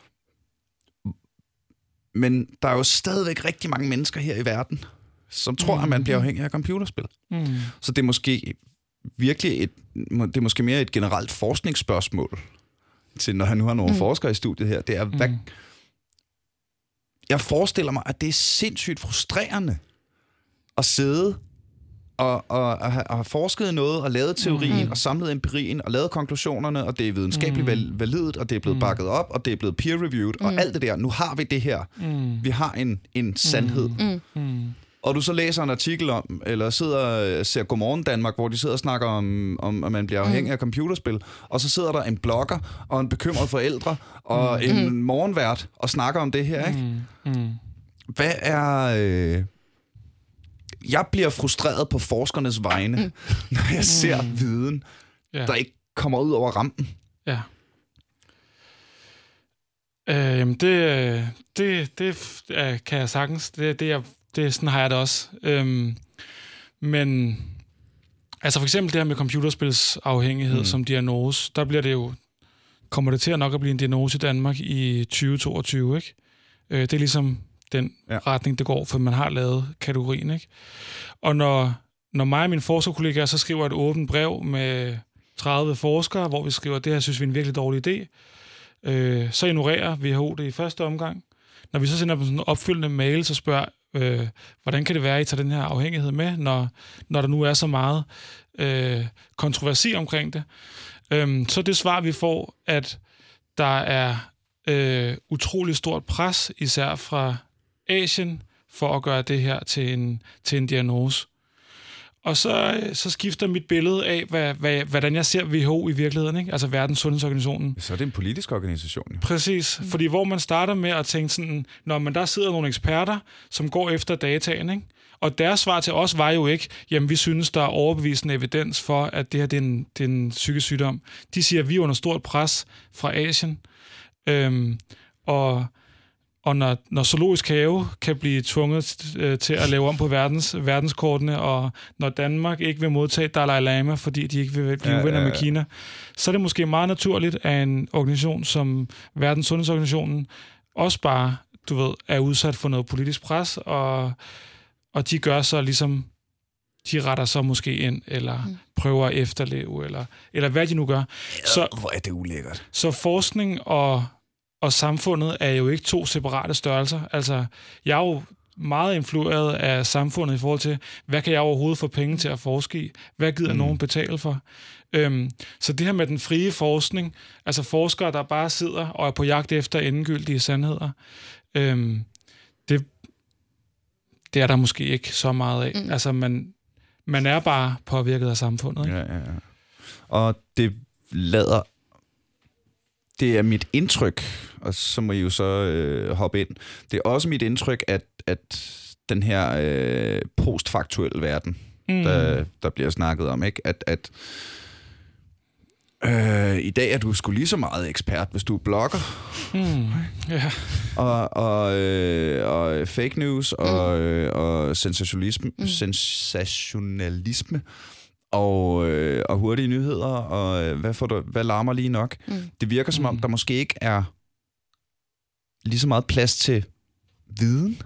Men der er jo stadigvæk rigtig mange mennesker her i verden, som tror, mm. at man bliver afhængig af computerspil. Mm. Så det er måske virkelig et, det er måske mere et generelt forskningsspørgsmål til, når han nu har nogle mm. forskere i studiet her. Det er, mm. hvad, jeg forestiller mig, at det er sindssygt frustrerende at sidde og, og, og, have, og have forsket noget, og lavet teorien, mm. og samlet empirien, og lavet konklusionerne, og det er videnskabeligt mm. validt, og det er blevet mm. bakket op, og det er blevet peer-reviewed, mm. og alt det der. Nu har vi det her. Mm. Vi har en, en sandhed. Mm. Mm. Og du så læser en artikel om, eller sidder og ser Godmorgen Danmark, hvor de sidder og snakker om, om at man bliver afhængig mm. af computerspil, og så sidder der en blogger, og en bekymret forældre, og mm. en morgenvært, og snakker om det her, ikke? Mm. Hvad er... Øh... Jeg bliver frustreret på forskernes vegne, mm. når jeg ser mm. viden, yeah. der ikke kommer ud over rampen. Ja. Øh, jamen, det, det, det øh, kan jeg sagtens. Det, det, jeg, det, sådan har jeg det også. Øhm, men altså for eksempel det her med computerspilsafhængighed mm. som diagnose, der bliver det jo, kommer det til at nok at blive en diagnose i Danmark i tyve toogtyve, ikke? Øh, det er ligesom den ja. retning, det går, for man har lavet kategorien, ikke? Og når, når mig og mine forskerkollegaer så skriver et åbent brev med tredive forskere, hvor vi skriver, at det her synes vi er en virkelig dårlig idé, øh, så ignorerer W H O det i første omgang. Når vi så sender dem sådan en opfølgende mail, så spørger, øh, hvordan kan det være, at I tager den her afhængighed med, når, når der nu er så meget øh, kontroversi omkring det. Øh, så det svar, vi får, at der er øh, utrolig stort pres, især fra Asien, for at gøre det her til en, til en diagnose. Og så, så skifter mit billede af, hvad, hvad, hvordan jeg ser W H O i virkeligheden, ikke? Altså Verdens Sundhedsorganisationen. Så er det en politisk organisation. Jo. Præcis, fordi hvor man starter med at tænke sådan, når man der sidder nogle eksperter, som går efter dataen, ikke? Og deres svar til os var jo ikke, jamen vi synes, der er overbevisende evidens for, at det her det er, en, det er en psykisk sygdom. De siger, at vi er under stort pres fra Asien, øhm, og Og når, når Zoologisk Have kan blive tvunget øh, til at lave om på verdens, verdenskortene, og når Danmark ikke vil modtage Dalai Lama, fordi de ikke vil blive ja, uvenner ja, ja. med Kina, så er det måske meget naturligt, at en organisation som Verdens Sundhedsorganisationen også bare, du ved, er udsat for noget politisk pres, og, og de gør så ligesom, de retter så måske ind, eller mm. prøver at efterleve, eller, eller hvad de nu gør. Ja, så, hvor er det ulækkert. Så forskning og Og samfundet er jo ikke to separate størrelser. Altså, jeg er jo meget influeret af samfundet i forhold til, hvad kan jeg overhovedet få penge til at forske i? Hvad gider mm. nogen betale for? Øhm, så det her med den frie forskning, altså forskere, der bare sidder og er på jagt efter endegyldige sandheder, øhm, det, det er der måske ikke så meget af. Mm. Altså, man, man er bare påvirket af samfundet. Ikke? Ja, ja, ja. Og det lader... Det er mit indtryk, og så må I jo så øh, hoppe ind. Det er også mit indtryk, at, at den her øh, postfaktuelle verden, mm. der, der bliver snakket om, ikke? At, at øh, i dag er du sgu lige så meget ekspert, hvis du er blogger. Mm. Yeah. Og, og, øh, og fake news og, øh, og sensationalisme, mm. sensationalisme og, øh, og hurtige nyheder, og øh, hvad, får du, hvad larmer lige nok? Mm. Det virker som om, der måske ikke er lige så meget plads til viden.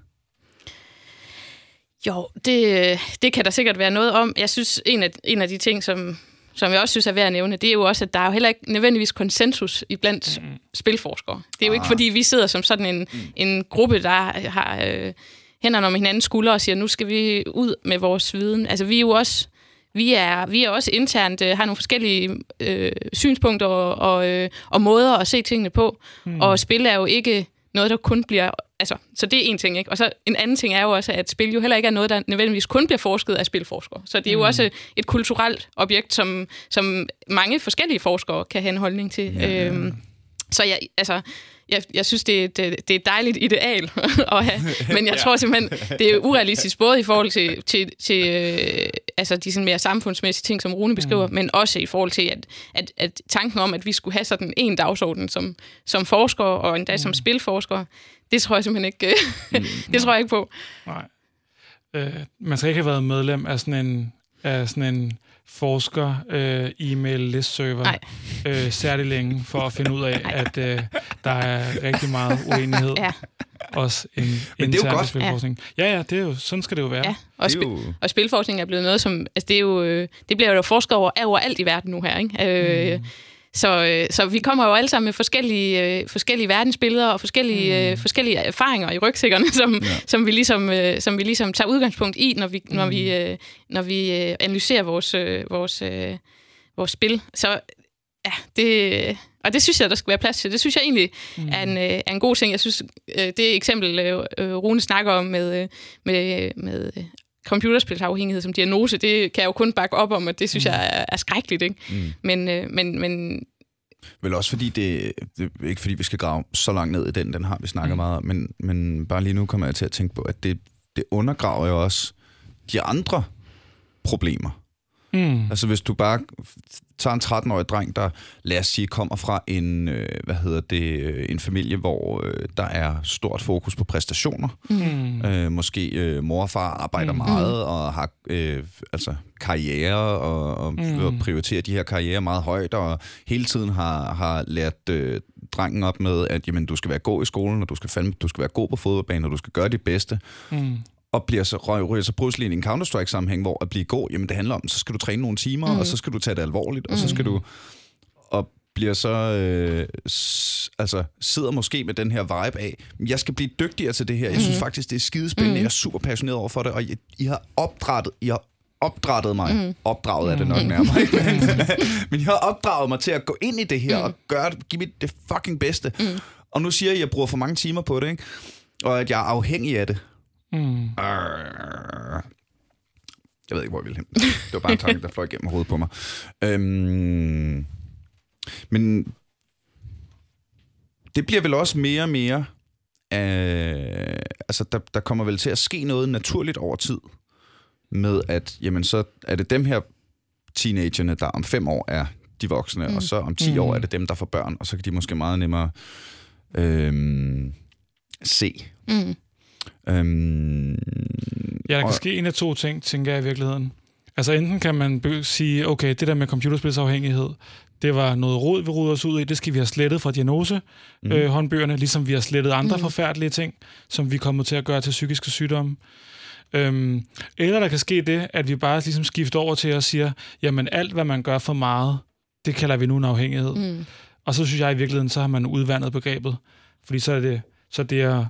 Jo, det, det kan der sikkert være noget om. Jeg synes, en af, en af de ting, som, som jeg også synes er værd at nævne, det er jo også, at der er jo heller ikke nødvendigvis konsensus iblandt mm. spilforskere. Det er jo ah. ikke, fordi vi sidder som sådan en, mm. en gruppe, der har øh, hænderne om hinandens skuldre og siger, nu skal vi ud med vores viden. Altså, vi er jo også... Vi er, vi er også internt, øh, har nogle forskellige øh, synspunkter og, og, øh, og måder at se tingene på. Mm. Og spil er jo ikke noget, der kun bliver... Altså, så det er en ting, ikke? Og så en anden ting er jo også, at spil jo heller ikke er noget, der nødvendigvis kun bliver forsket af spilforskere. Så det er jo mm. også et kulturelt objekt, som, som mange forskellige forskere kan have en holdning til. Ja. Øhm, så jeg, altså... Jeg, jeg synes, det er, et, det er et dejligt ideal at have, men jeg ja. tror simpelthen, det er urealistisk, både i forhold til, til, til øh, altså de sådan mere samfundsmæssige ting, som Rune beskriver, mm. men også i forhold til, at, at, at tanken om, at vi skulle have sådan en dagsorden som, som forskere, og endda mm. som spilforskere, det tror jeg simpelthen ikke, mm. det tror jeg ikke på. Nej. Øh, man skal ikke have været medlem af sådan en, af sådan en forsker øh, e-mail listserver øh, særligt længe for at finde ud af, at øh, der er rigtig meget uenighed. Ja. Også en intern spilforskning. Ja. ja, ja, det er jo, sådan skal det jo være. Ja. Og, sp- jo... og spilforskning er blevet noget, som... Altså det, er jo, det bliver jo forsket over overalt i verden nu her, ikke? Mm. Så, så vi kommer jo alle sammen med forskellige, forskellige verdensbilleder og forskellige, mm. forskellige erfaringer i rygsækkerne, som, ja. som, vi ligesom, som vi ligesom tager udgangspunkt i, når vi, mm. når vi, når vi analyserer vores, vores, vores spil. Så ja, det... Og det synes jeg, der skal være plads til. Det synes jeg egentlig mm. er, en, er en god ting. Jeg synes, det eksempel, Rune snakker om med, med, med computerspilsafhængighed som diagnose, det kan jeg jo kun bakke op om, og det synes mm. jeg er, er skrækkeligt. Ikke? Mm. Men, men, men... Vel også fordi det, det er ikke fordi, vi skal grave så langt ned i den, den har vi snakket mm. meget om, men, men bare lige nu kommer jeg til at tænke på, at det, det undergraver jo også de andre problemer. Mm. Altså hvis du bare tager en tretten-årig dreng, der lad os sige kommer fra en øh, hvad hedder det en familie, hvor øh, der er stort fokus på præstationer. Mm. Øh, måske øh, mor og far arbejder mm. meget og har øh, altså karriere og, og, mm. og prioriterer de her karriere meget højt og hele tiden har har lært øh, drengen op med at jamen du skal være god i skolen og du skal fandme, du skal være god på fodboldbanen og du skal gøre dit bedste. Mm. Og bliver så, ryger så pludselig i en Counter-Strike-sammenhæng, hvor at blive god, jamen det handler om, så skal du træne nogle timer, mm. og så skal du tage det alvorligt, mm. og så skal du... Og bliver så... Øh, s- altså, sidder måske med den her vibe af, jeg skal blive dygtigere til det her. Jeg synes mm. faktisk, det er skidespændende. Mm. Jeg er super passioneret over for det, og I, I har opdrættet... I har opdraget mig. Mm. Opdraget er det nok nærmere, ikke? Men, men jeg har opdraget mig til at gå ind i det her, mm. og gøre det, give mit det fucking bedste. Mm. Og nu siger I, at jeg bruger for mange timer på det, ikke? Og at jeg er afhængig af det. Mm. Jeg ved ikke, hvor jeg ville hen. Det var bare en tanke, der fløj igennem hovedet på mig. Øhm, men det bliver vel også mere og mere... Øh, altså, der, der kommer vel til at ske noget naturligt over tid med, at jamen, så er det dem her teenagerne, der om fem år er de voksne, mm. og så om ti mm. år er det dem, der får børn, og så kan de måske meget nemmere øh, se... Mm. Øhm, ja, der kan og... ske en af to ting, tænker jeg i virkeligheden. Altså enten kan man be- sige, okay, det der med computerspilsafhængighed, det var noget rod, vi rodede os ud i, det skal vi have slettet fra diagnose, mm. øh, håndbøgerne, ligesom vi har slettet andre mm. forfærdelige ting, som vi kommer til at gøre til psykiske sygdomme. Øhm, eller der kan ske det, at vi bare ligesom skifter over til at sige, jamen alt, hvad man gør for meget, det kalder vi nu en afhængighed. Mm. Og så synes jeg i virkeligheden, så har man udvandet begrebet. Fordi så er det, så det er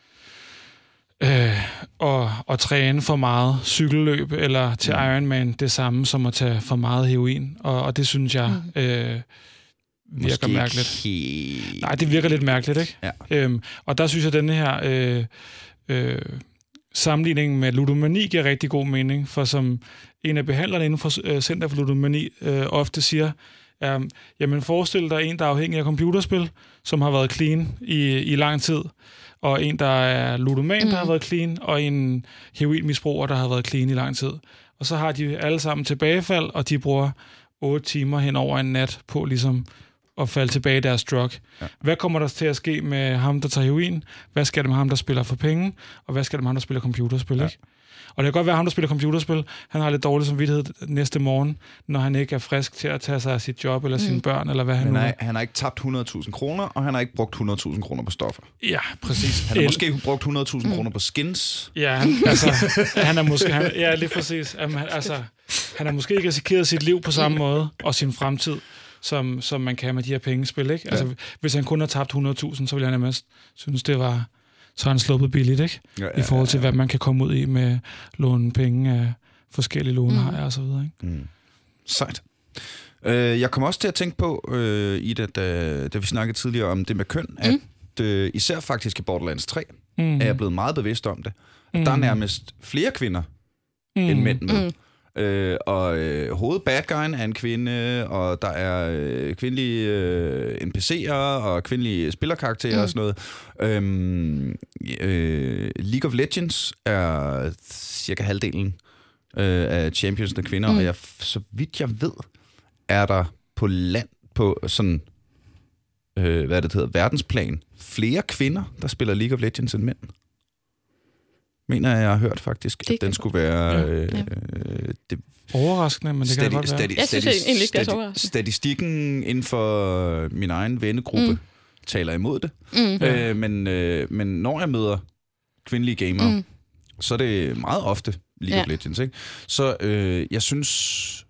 Øh, og, og træne for meget cykelløb eller til mm. Ironman det samme som at tage for meget heroin, og, og det synes jeg mm. øh, virker Måske mærkeligt. He... Nej, det virker lidt mærkeligt, ikke? Ja. Øhm, og der synes jeg, at denne her øh, øh, sammenligning med ludomani giver rigtig god mening, for som en af behandlerne inden for øh, Center for Ludomani øh, ofte siger, Um, jamen forestil dig en, der er afhængig af computerspil, som har været clean i, i lang tid, og en, der er ludoman, mm. der har været clean, og en heroinmisbruger, der har været clean i lang tid. Og så har de alle sammen tilbagefald, og de bruger otte timer hen over en nat på ligesom at falde tilbage i deres drug. Ja. Hvad kommer der til at ske med ham, der tager heroin? Hvad skal det med ham, der spiller for penge? Og hvad skal det med ham, der spiller computerspil? Ja. Ikke? Og det kan godt være, at ham, der spiller computerspil, han har lidt dårlig samvittighed næste morgen, når han ikke er frisk til at tage sig af sit job, eller mm. sine børn, eller hvad han Men nu er. Han har ikke tabt hundrede tusind kroner, og han har ikke brugt hundrede tusind kroner på stoffer. Ja, præcis. Han har El- måske brugt hundrede tusind mm. kroner på skins. Ja, han, altså, han er måske... Han, ja, lige præcis. Altså, han har måske ikke risikeret sit liv på samme måde, og sin fremtid, som, som man kan med de her pengespil, ikke? Altså, ja. Hvis han kun har tabt hundrede tusind, så ville jeg nærmest synes, det var... Så har han sluppet billigt, ikke? Ja, ja, I forhold til, ja, ja. Hvad man kan komme ud i med låne penge af forskellige lånehajer mm. og så videre, ikke? Mm. Sejt. Øh, jeg kom også til at tænke på, øh, Ida, da, da vi snakkede tidligere om det med køn, mm. at øh, især faktisk i Borderlands tre, mm. er jeg blevet meget bevidst om det. At mm. der er nærmest flere kvinder mm. end mænd med. Mm. Øh, og øh, hovedbadguyen er en kvinde, og der er øh, kvindelige øh, N P C'er og kvindelige spillerkarakterer mm. og sådan noget. Øhm, øh, League of Legends er cirka halvdelen øh, af champions der kvinder, mm. og jeg, så vidt jeg ved, er der på land, på sådan, øh, hvad det hedder, verdensplan, flere kvinder, der spiller League of Legends end mænd. Mener jeg, jeg har hørt faktisk, det at den skulle være... Ja. Øh, øh, det, overraskende, men det stati- kan godt være. Stati- jeg synes stati- egentlig ikke, det er så overraskende. Statistikken inden for min egen vennegruppe mm. taler imod det. Mm. Øh, men, øh, men når jeg møder kvindelige gamere, mm. så er det meget ofte League ja. of Legends. Ikke? Så øh, jeg synes,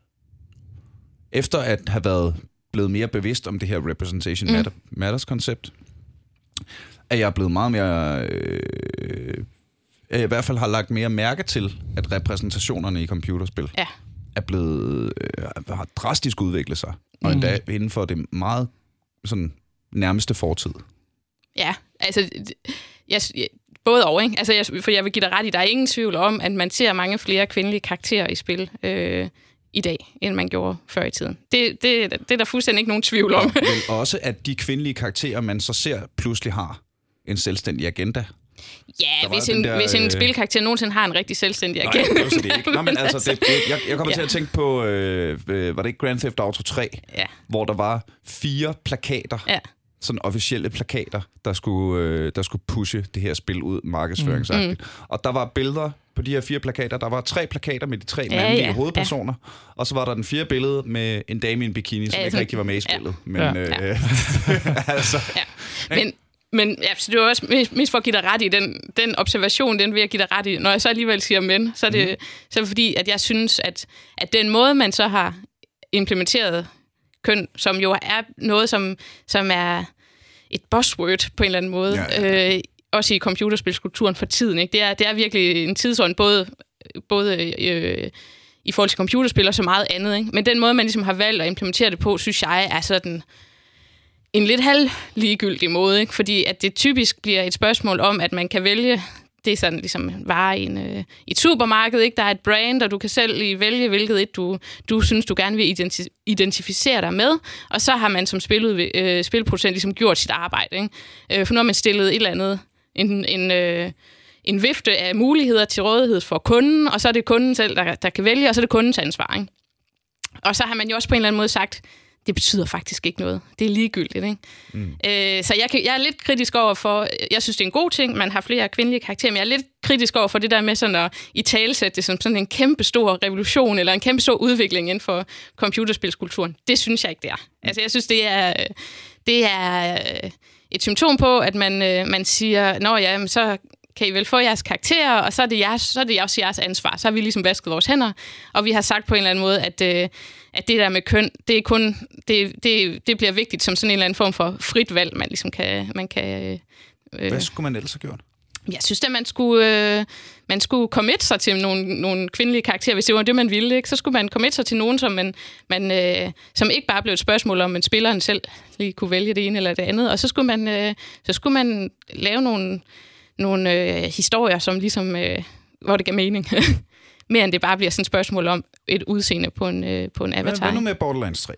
efter at have været blevet mere bevidst om det her Representation mm. Matters-koncept, at jeg er blevet meget mere... Øh, jeg i hvert fald har lagt mere mærke til, at repræsentationerne i computerspil ja. er blevet øh, har drastisk udviklet sig, og endda mm. inden for det meget sådan nærmeste fortid. Ja, altså jeg, både og, ikke? Altså, jeg, for jeg vil give dig ret i, der er ingen tvivl om, at man ser mange flere kvindelige karakterer i spil øh, i dag, end man gjorde før i tiden. Det, det, det er der fuldstændig ikke nogen tvivl om. Men også, at de kvindelige karakterer, man så ser, pludselig har en selvstændig agenda. Ja, hvis en, der, hvis en spilkarakter nogensinde har en rigtig selvstændig agenda. Nej, det er ikke. Nå, men altså, det, det, jeg, jeg kommer ja. til at tænke på, øh, var det ikke Grand Theft Auto tre, ja. hvor der var fire plakater, ja. sådan officielle plakater, der skulle, øh, der skulle pushe det her spil ud markedsføringsagtigt. Mm. Og der var billeder på de her fire plakater. Der var tre plakater med de tre ja, mandlige ja. hovedpersoner, ja. og så var der den fjerde billede med en dame i en bikini, som ja, ikke sådan, rigtig var med i spillet. Ja. Men, ja. Øh, altså... Ja. Men... Men ja, så det var også mest for at give dig ret i den, den observation, den vil jeg give dig ret i. Når jeg så alligevel siger men, så er det, mm. så er det fordi, at jeg synes, at, at den måde, man så har implementeret køn, som jo er noget, som, som er et buzzword på en eller anden måde, ja, ja. Øh, også i computerspilskulturen for tiden, ikke? Det, er, det er virkelig en tidsånd, både, både øh, i forhold til computerspil og så meget andet. Ikke? Men den måde, man ligesom har valgt at implementere det på, synes jeg er sådan... en lidt halv ligegyldig måde, ikke? Fordi at det typisk bliver et spørgsmål om, at man kan vælge, det er sådan ligesom varer i, en, øh, i et supermarked, ikke? Der er et brand, og du kan selv lige vælge, hvilket et du, du synes, du gerne vil identi- identificere dig med, og så har man som spilud, øh, spilproducent ligesom gjort sit arbejde. Ikke? Øh, for nu har man stillet et eller andet, en, en, øh, en vifte af muligheder til rådighed for kunden, og så er det kunden selv, der, der kan vælge, og så er det kundens ansvar. Ikke? Og så har man jo også på en eller anden måde sagt, det betyder faktisk ikke noget. Det er ligegyldigt, ikke? Mm. Øh, så jeg, kan, jeg er lidt kritisk over for... Jeg synes, det er en god ting, man har flere kvindelige karakterer, men jeg er lidt kritisk over for det der med sådan at italesætte det som sådan en kæmpe stor revolution, eller en kæmpe stor udvikling inden for computerspilskulturen. Det synes jeg ikke, det er. Altså, jeg synes, det er, det er et symptom på, at man, man siger, nå ja, så kan I vel få jeres karakterer, og så er det, jeres, så er det også jeres ansvar. Så har vi ligesom vasket vores hænder, og vi har sagt på en eller anden måde, at, at det der med køn, det er kun, det, det, det bliver vigtigt som sådan en eller anden form for frit valg, man ligesom kan... Man kan øh, Hvad skulle man ellers have gjort? Jeg synes, at man skulle, øh, man skulle committe sig til nogle, nogle kvindelige karakterer, hvis det var det, man ville. Ikke? Så skulle man committe sig til nogen, som, man, man, øh, som ikke bare blev et spørgsmål om, at spilleren selv lige kunne vælge det ene eller det andet. Og så skulle man, øh, så skulle man lave nogle... nogle øh, historier, som ligesom, øh, hvor det gav mening. Mere end det bare bliver sådan et spørgsmål om et udseende på en, øh, på en avatar. Hvad nu med Borderlands tre, ikke?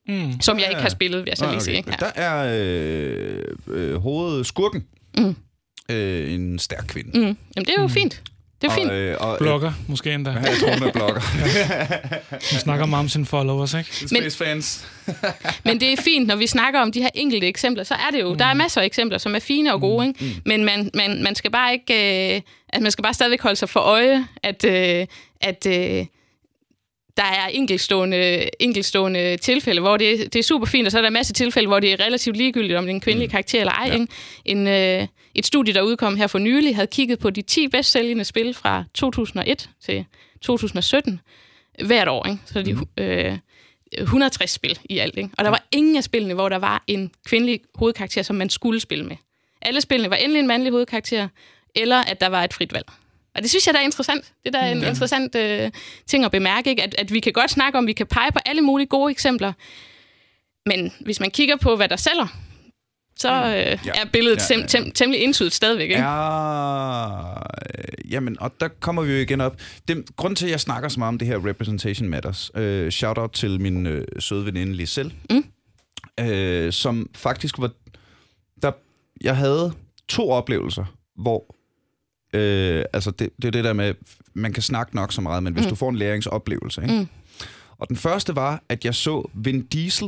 mm. som jeg ikke har spillet, vil jeg så lige okay. sige. Ja. Der er øh, øh, hovedskurken. Mm. Øh, en stærk kvinde. Mm. Jamen, det er jo mm. fint. Det er og, fint. Øh, og, blogger, måske endda. Ja, jeg tror, hun er blogger. Hun snakker meget om sine followers, ikke? Space fans. Men det er fint, når vi snakker om de her enkelte eksempler, så er det jo, mm. der er masser af eksempler, som er fine og gode, ikke? Mm. Men man, man, man skal bare ikke, øh, altså man skal bare stadigvæk holde sig for øje, at, øh, at øh, der er enkeltstående, enkeltstående tilfælde, hvor det, det er super fint, og så er der en masse tilfælde, hvor det er relativt ligegyldigt, om det er en kvindelig karakter eller ej. Ja. En, øh, et studie, der udkom her for nylig, havde kigget på de ti bedst sælgende spil fra to tusind og et til to tusind og sytten hvert år. Ikke? Så de øh, et hundrede og tres spil i alt. Ikke? Og der var ingen af spillene, hvor der var en kvindelig hovedkarakter, som man skulle spille med. Alle spillene var endelig en mandlig hovedkarakter, eller at der var et frit valg. Og det synes jeg, der er interessant. Det der er en ja. interessant øh, ting at bemærke, ikke? At, at vi kan godt snakke om, vi kan pege på alle mulige gode eksempler, men hvis man kigger på, hvad der sælger, så øh, ja. er billedet ja, ja, ja. Tem, temmelig entydigt stadigvæk. Ikke? Ja, jamen, og der kommer vi jo igen op. Det, grunden til, at jeg snakker så meget om det her Representation Matters, øh, shout-out til min øh, søde veninde Lisel, mm. øh, som faktisk var... Der, jeg havde to oplevelser, hvor... Øh, altså, det, det er det der med, man kan snakke nok så meget, men hvis mm. du får en læringsoplevelse, ikke? Mm. Og den første var, at jeg så Vin Diesel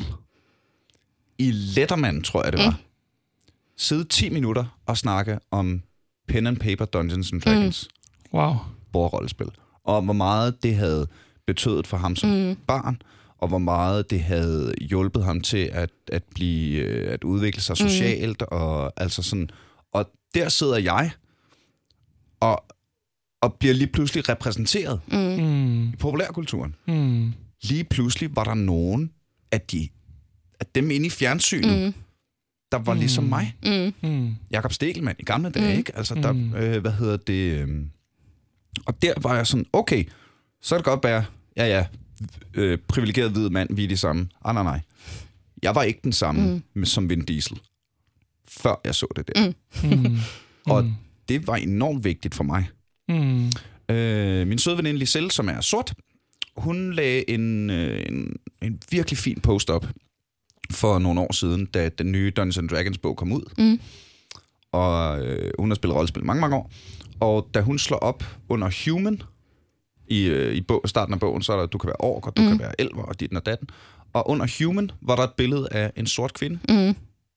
i Letterman, tror jeg det var, mm. sidde ti minutter og snakke om Pen and Paper Dungeons and Dragons. Mm. Wow. Bordrollespil. Og hvor meget det havde betydet for ham som mm. barn, og hvor meget det havde hjulpet ham til at, at, blive, at udvikle sig socialt. Mm. Og, altså sådan, og der sidder jeg og, og bliver lige pludselig repræsenteret mm. i populærkulturen. Mm. Lige pludselig var der nogen af, de, af dem inde i fjernsynet, mm. der var mm. ligesom mig. Mm. Jakob Stegelmann i gamle dage, mm. ikke? Altså, der, øh, hvad hedder det... Øh, og der var jeg sådan, okay, så er det godt være, ja ja, øh, privilegeret hvid mand, vi er de samme. Ah, nej, nej. Jeg var ikke den samme mm. som Vin Diesel, før jeg så det der. Mm. Og det var enormt vigtigt for mig. Mm. Øh, min søde veninde Lisel, som er sort, hun lagde en, en, en virkelig fin post op for nogle år siden, da den nye Dungeons and Dragons bog kom ud. Mm. Og øh, hun har spillet rollespil mange, mange år. Og da hun slår op under Human, i, øh, i bog, starten af bogen, så er der, du kan være ork, og du mm. kan være elver, og dit og datten. Og under Human var der et billede af en sort kvinde. Mm.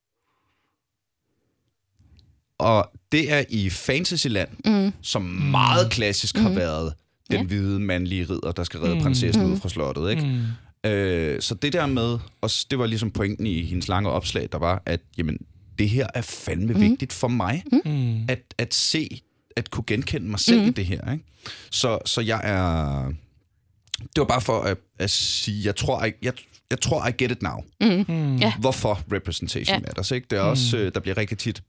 Og det er i Fantasyland, mm. som meget klassisk mm. har været den ja. hvide mandlige ridder, der skal redde mm. prinsessen mm. ud fra slottet, ikke? Mm. Øh, så det der med, og det var ligesom pointen i hendes lange opslag, der var, at jamen, det her er fandme mm. vigtigt for mig, mm. at, at se, at kunne genkende mig selv mm. i det her, ikke? Så, så jeg er... Det var bare for at, at sige, jeg tror, jeg, jeg, jeg tror, I get it now. Mm. Mm. Yeah. Hvorfor representation yeah. matters, ikke? Det er også, mm. der bliver rigtig tit...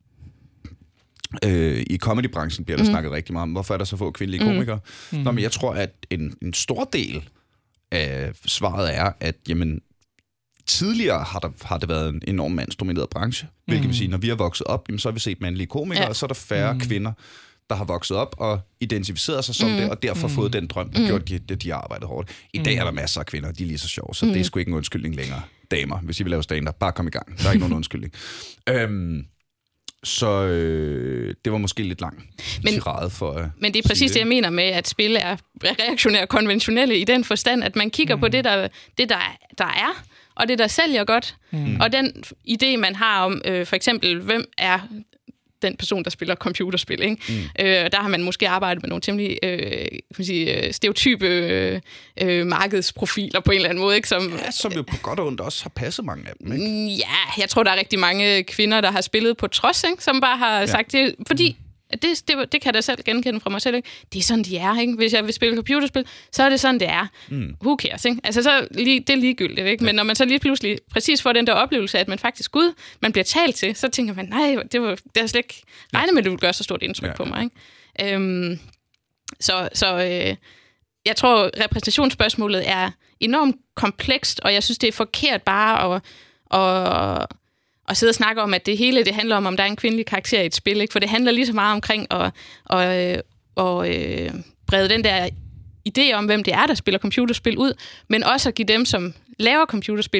Øh, I comedybranchen bliver der mm. snakket rigtig meget om, hvorfor er der så få kvindelige komikere? Mm. Nå, men jeg tror, at en, en stor del af svaret er, at jamen, tidligere har, der, har det været en enorm mandsdomineret branche, mm. hvilket vil sige, når vi har vokset op, jamen, så har vi set mandlige komikere, ja. og så er der færre mm. kvinder, der har vokset op og identificeret sig som mm. det, og derfor mm. fået den drøm, der mm. gjorde, de, de har arbejdet hårdt. I dag er der masser af kvinder, de er lige så sjove, så mm. det er sgu ikke en undskyldning længere, damer. Hvis I vil lave stand-up, bare kom i gang. Der er ikke nogen undskyldning. øhm, Så øh, det var måske lidt lang tirade for at Men det er præcis det. det, jeg mener med, at spil er reaktionære og konventionelle i den forstand, at man kigger mm. på det, der, det der, der er, og det, der sælger godt. Mm. Og den idé, man har om øh, for eksempel, hvem er den person, der spiller computerspil, ikke? Mm. Øh, der har man måske arbejdet med nogle temmelig øh, kan man sige, stereotype øh, øh, markedsprofiler på en eller anden måde, ikke? Som, ja, som jo på godt og ondt også har passet mange af dem, ikke? Ja, jeg tror, der er rigtig mange kvinder, der har spillet på trods, ikke? Som bare har ja. sagt det, fordi det, det, det kan jeg da selv genkende fra mig selv, ikke? Det er sådan, de er, ikke? Hvis jeg vil spille computerspil, så er det sådan, det er. Mm. Who cares, ikke? Altså, så lige, det er ligegyldigt, ikke? Men ja. når man så lige pludselig præcis får den der oplevelse, at man faktisk, gud, man bliver talt til, så tænker man, nej, det var, det er slet ikke regnet med, at det vil gøre så stort indtryk ja. på mig, ikke? Øhm, så så øh, jeg tror, repræsentationsspørgsmålet er enormt komplekst, og jeg synes, det er forkert bare at... at og sidde og snakke om, at det hele det handler om, om der er en kvindelig karakter i et spil, ikke? For det handler lige så meget omkring at, at, at, at brede den der idé om, hvem det er, der spiller computerspil ud, men også at give dem, som laver computerspillene,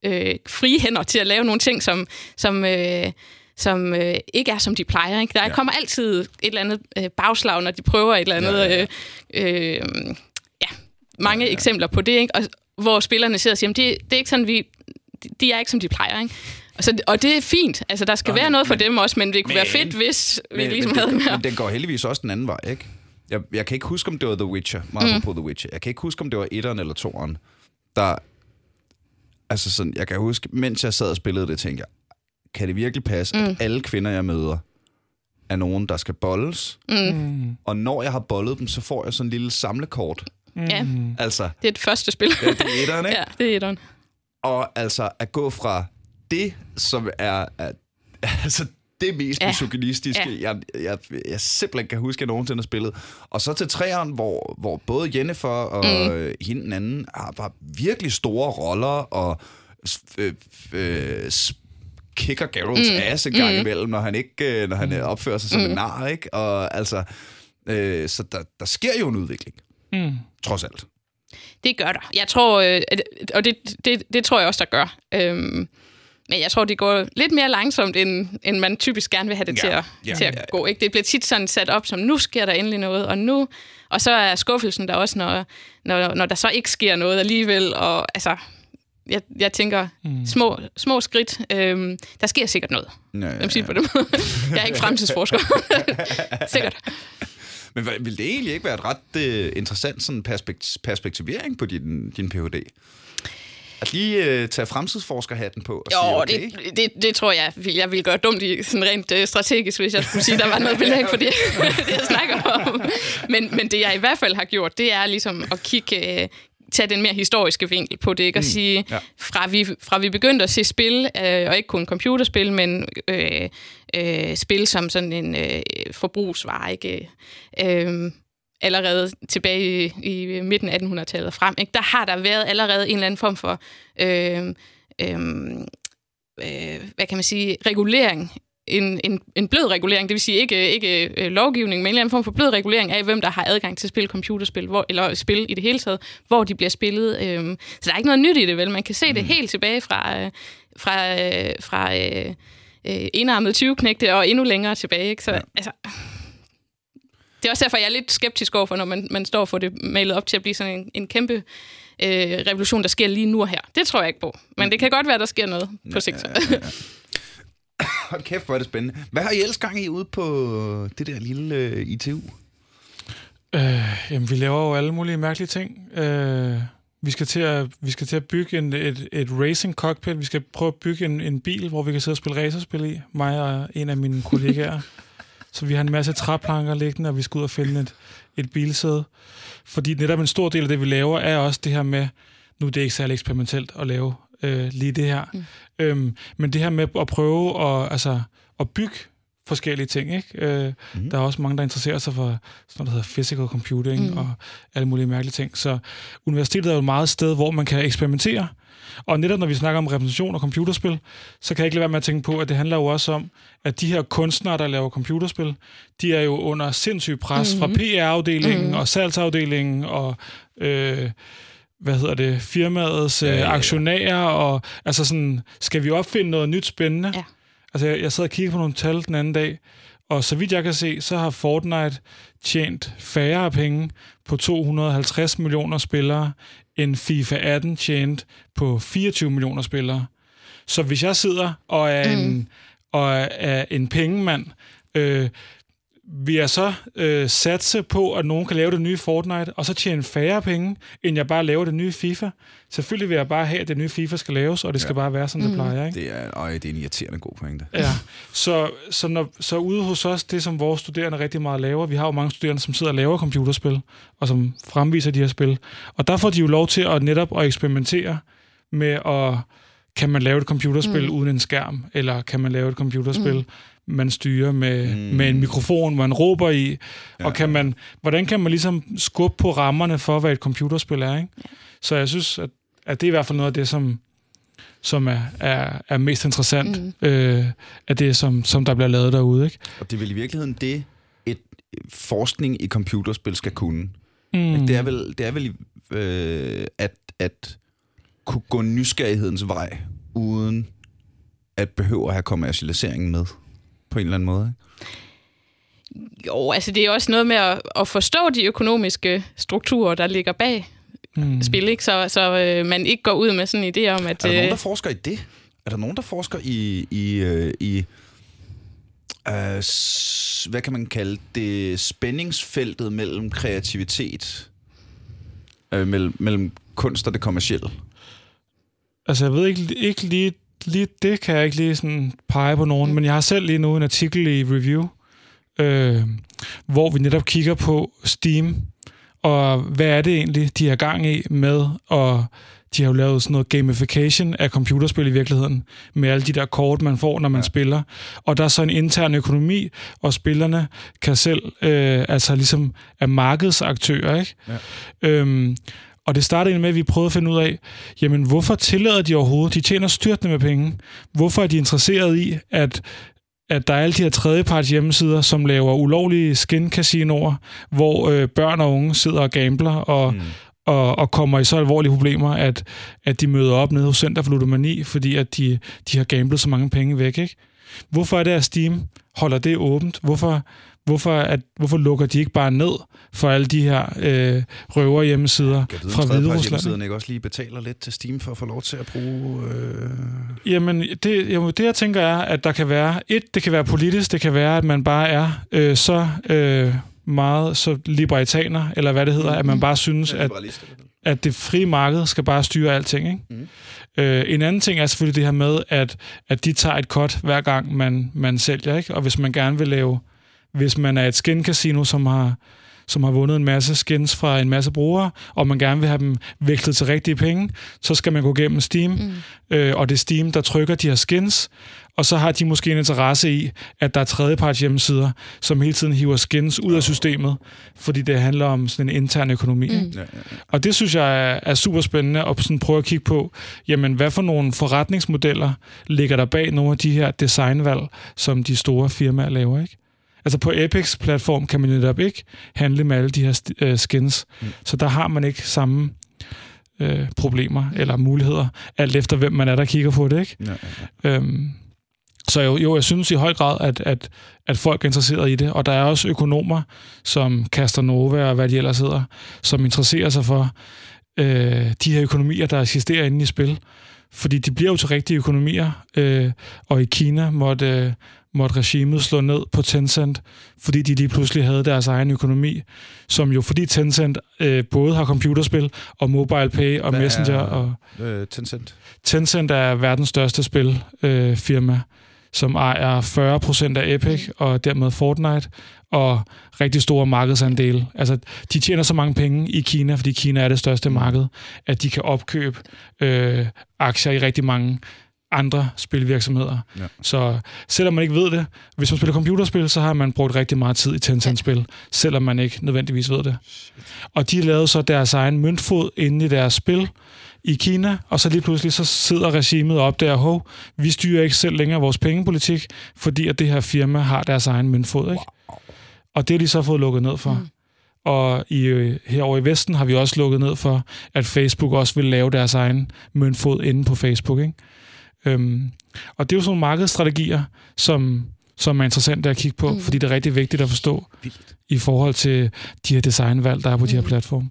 øh, frie hænder til at lave nogle ting, som, som, øh, som øh, ikke er, som de plejer. Ikke? Der ja. kommer altid et eller andet øh, bagslag, når de prøver et eller andet... Ja, ja. Øh, øh, ja, mange ja, ja. eksempler på det, ikke? Og, hvor spillerne sidder og siger, det, det er ikke sådan, vi... De er ikke, som de plejer, ikke? Og, så, og det er fint. Altså, der skal Nå, være noget for men, dem også, men det kunne men, være fedt, hvis vi men, ligesom men, havde mere. Men den går heldigvis også den anden vej, ikke? Jeg, jeg kan ikke huske, om det var The Witcher, meget mm. på The Witcher. Jeg kan ikke huske, om det var etteren eller toeren. Der, altså sådan, jeg kan huske, mens jeg sad og spillede det, tænkte jeg, kan det virkelig passe, mm. at alle kvinder, jeg møder, er nogen, der skal bolles? Mm. Og når jeg har bollet dem, så får jeg sådan en lille samlekort. Mm. Ja, altså, det er det første spil. Det er det etteren, ikke? Ja, det er etteren. Og altså, at gå fra det, som er... er altså, det mest ja. misogynistiske, ja. jeg, jeg, jeg simpelthen kan huske, at jeg nogensinde har spillet. Og så til treeren, hvor, hvor både Jennifer og mm. hende den anden har virkelig store roller, og øh, øh, kicker Geralts mm. ass en gang mm. imellem, når han ikke når han opfører sig som mm. en nar, ikke? Og altså, øh, så der, der sker jo en udvikling. Mm. Trods alt. Det gør der. Jeg tror, øh, og det, det, det tror jeg også, der gør. Øhm, Men jeg tror, det går lidt mere langsomt, end, end man typisk gerne vil have det ja, til at, ja, til at ja, ja. gå. Ikke? Det bliver tit sådan sat op, som nu sker der endelig noget, og nu... Og så er skuffelsen der også, når, når, når der så ikke sker noget alligevel. Og altså, jeg, jeg tænker, mm. små, små skridt, øhm, der sker sikkert noget. Ja, ja, ja. På dem. Jeg er ikke fremtidsforsker. Sikkert. Men vil det egentlig ikke være et ret uh, interessant sådan perspekt- perspektivering på din, din P H D? At lige uh, tage fremtidsforskerhatten på og jo, sige, okay. det, det, det tror jeg, jeg ville gøre dumt i sådan rent uh, strategisk, hvis jeg skulle sige, der var noget belæg for det, det jeg snakker om. Men, men det, jeg i hvert fald har gjort, det er ligesom at kigge... Uh, tage den mere historiske vinkel på det, ikke? Og mm, sige, ja. fra, vi, fra vi begyndte at se spil, øh, og ikke kun computerspil, men øh, øh, spil som sådan en øh, forbrugsvare, ikke? Øh, allerede tilbage i, i midten af attenhundredetallet frem, ikke? Der har der været allerede en eller anden form for øh, øh, øh, hvad kan man sige, regulering. En, en, en blød regulering, det vil sige ikke, ikke øh, lovgivning, men en eller anden form for blød regulering af, hvem der har adgang til at spille computerspil, hvor, eller spil i det hele taget, hvor de bliver spillet. Øh, så der er ikke noget nyt i det, vel? Man kan se mm. det helt tilbage fra, øh, fra, øh, fra øh, øh, enarmede tyveknægte og endnu længere tilbage. Ikke? Så, ja. altså, det er også derfor, jeg er lidt skeptisk overfor, når man, man står for det malet op til at blive sådan en, en kæmpe øh, revolution, der sker lige nu og her. Det tror jeg ikke på. Men det kan godt være, der sker noget på ja, sigt. Ja, ja, ja. Hold kæft, hvor er det spændende. Hvad har I ellers gang i ude på det der lille øh, I T U? Øh, jamen, vi laver jo alle mulige mærkelige ting. Øh, vi, skal til at, vi skal til at bygge en, et, et racing cockpit. Vi skal prøve at bygge en, en bil, hvor vi kan sidde og spille racerspil i. Mig og en af mine kollegaer. Så vi har en masse træplanker liggende, og vi skal ud og finde et, et bilsæde. Fordi netop en stor del af det, vi laver, er også det her med, nu er det ikke særlig eksperimentelt at lave øh, lige det her. Mm. Øhm, men det her med at prøve at, altså, at bygge forskellige ting, ikke? Øh, mm. Der er også mange, der interesserer sig for sådan noget, der hedder physical computing mm. og alle mulige mærkelige ting. Så universitetet er jo et meget sted, hvor man kan eksperimentere. Og netop når vi snakker om repræsentation og computerspil, så kan jeg ikke lade være med at tænke på, at det handler jo også om, at de her kunstnere, der laver computerspil, de er jo under sindssyg pres mm. fra P R-afdelingen mm. og salgsafdelingen og... Øh, hvad hedder det, firmaets ja, ja, ja. aktionærer, og altså sådan, skal vi opfinde noget nyt spændende? Ja. Altså, jeg, jeg sad og kiggede på nogle tal den anden dag, og så vidt jeg kan se, så har Fortnite tjent færre penge på to hundrede og halvtreds millioner spillere, end FIFA atten tjent på fireogtyve millioner spillere. Så hvis jeg sidder og er, mm. en, og er en pengemand, øh, vil jeg så øh, satse på, at nogen kan lave det nye Fortnite, og så tjene færre penge, end jeg bare laver det nye FIFA. Selvfølgelig vil jeg bare have, at det nye FIFA skal laves, og det skal ja. bare være, som mm. det plejer. Ikke? Det er, øj, det er en irriterende god pointe. Ja, så, så, når, så ude hos os, det som vores studerende rigtig meget laver, vi har jo mange studerende, som sidder og laver computerspil, og som fremviser de her spil. Og der får de jo lov til at netop at eksperimentere med, at, kan man lave et computerspil mm. uden en skærm, eller kan man lave et computerspil, mm. man styrer med, mm. med en mikrofon, man råber i, ja, og kan man, hvordan kan man ligesom skubbe på rammerne for, hvad et computerspil er, ikke? Ja. Så jeg synes, at, at det er i hvert fald noget af det, som, som er, er, er mest interessant, mm. øh, af det, som, som der bliver lavet derude, ikke? Og det er vel i virkeligheden det, et forskning i computerspil skal kunne. Mm. Det er vel, det er vel øh, at, at kunne gå nysgerrighedens vej uden at behøve at have kommercialiseringen med på en eller anden måde, ikke? Jo, altså det er også noget med at, at forstå de økonomiske strukturer, der ligger bag mm. spil, ikke? Så, så øh, man ikke går ud med sådan en idé om, at... Er der nogen, der øh, forsker i det? Er der nogen, der forsker i... i, øh, i øh, s- hvad kan man kalde det? Spændingsfeltet mellem kreativitet, øh, mellem, mellem kunst og det kommercielle? Altså, jeg ved ikke, ikke lige, lige... Det kan jeg ikke lige sådan pege på nogen, mm. men jeg har selv lige nu en artikel i Review, øh, hvor vi netop kigger på Steam, og hvad er det egentlig, de har gang i med, og de har jo lavet sådan noget gamification af computerspil i virkeligheden, med alle de der kort, man får, når man ja. spiller. Og der er så en intern økonomi, og spillerne kan selv, øh, altså ligesom er markedsaktører, ikke? Ja. Øhm, og det startede egentlig med, at vi prøvede at finde ud af, jamen hvorfor tillader de overhovedet? De tjener styrtende med penge. Hvorfor er de interesseret i, at at der er alle de her tredjeparts hjemmesider, som laver ulovlige skin-casinoer, hvor øh, børn og unge sidder og gambler og, mm. og, og kommer i så alvorlige problemer, at, at de møder op nede hos Center for Ludomani, fordi at de, de har gamblet så mange penge væk, ikke? Hvorfor er det, at Steam holder det åbent? Hvorfor, hvorfor, at, hvorfor lukker de ikke bare ned for alle de her øh, røver hjemmesider ja, fra Hviderusland? Kan ikke også lige betaler lidt til Steam for at få lov til at bruge... Øh... Jamen, det, jo, det jeg tænker er, at der kan være... Et, det kan være politisk, det kan være, at man bare er øh, så øh, meget så libertaner, eller hvad det hedder, mm-hmm. at man bare synes, at, at det frie marked skal bare styre alting, ikke? Mm. Øh, en anden ting er selvfølgelig det her med, at, at de tager et cut hver gang, man, man sælger, ikke? Og hvis man gerne vil lave... Hvis man er et skin-casino, som har, som har vundet en masse skins fra en masse brugere, og man gerne vil have dem vekslet til rigtige penge, så skal man gå gennem Steam, mm. øh, og det er Steam, der trykker de her skins, og så har de måske en interesse i, at der er tredjeparts hjemmesider, som hele tiden hiver skins ud af systemet, fordi det handler om sådan en intern økonomi. Mm. Ja, ja, ja. Og det synes jeg er, er super spændende at sådan prøve at kigge på, jamen hvad for nogle forretningsmodeller ligger der bag nogle af de her designvalg, som de store firmaer laver, ikke? Altså på Epics platform kan man netop ikke handle med alle de her øh, skins. Mm. Så der har man ikke samme øh, problemer eller muligheder, alt efter hvem man er, der kigger på det, ikke? Ja, ja, ja. Øhm, så jo, jo, jeg synes i høj grad, at, at, at folk er interesseret i det. Og der er også økonomer, som Castronova og hvad de ellers hedder, som interesserer sig for øh, de her økonomier, der eksisterer inde i spil. Fordi de bliver jo til rigtige økonomier, øh, og i Kina måtte... Øh, måtte regimet slå ned på Tencent, fordi de lige pludselig havde deres egen økonomi, som jo, fordi Tencent øh, både har computerspil og mobile pay og Hvad Messenger. Er, og øh, Tencent? Tencent er verdens største spilfirma, øh, som ejer fyrre procent af Epic og dermed Fortnite, og rigtig store markedsandele. Altså, de tjener så mange penge i Kina, fordi Kina er det største marked, at de kan opkøbe øh, aktier i rigtig mange andre spilvirksomheder. Ja. Så selvom man ikke ved det, hvis man spiller computerspil, så har man brugt rigtig meget tid i Tencent-spil, ja. selvom man ikke nødvendigvis ved det. Og de lavede så deres egen møntfod inde i deres spil i Kina, og så lige pludselig så sidder regimet op der, hov, vi styrer ikke selv længere vores pengepolitik, fordi at det her firma har deres egen møntfod, ikke? Wow. Og det har de så fået lukket ned for. Mm. Og i, herovre i Vesten har vi også lukket ned for, at Facebook også vil lave deres egen møntfod inde på Facebook, ikke? Øhm, og det er jo sådan nogle markedsstrategier, som, som er interessante at kigge på, mm. fordi det er rigtig vigtigt at forstå Vildt. i forhold til de her designvalg, der er på mm. de her platforme.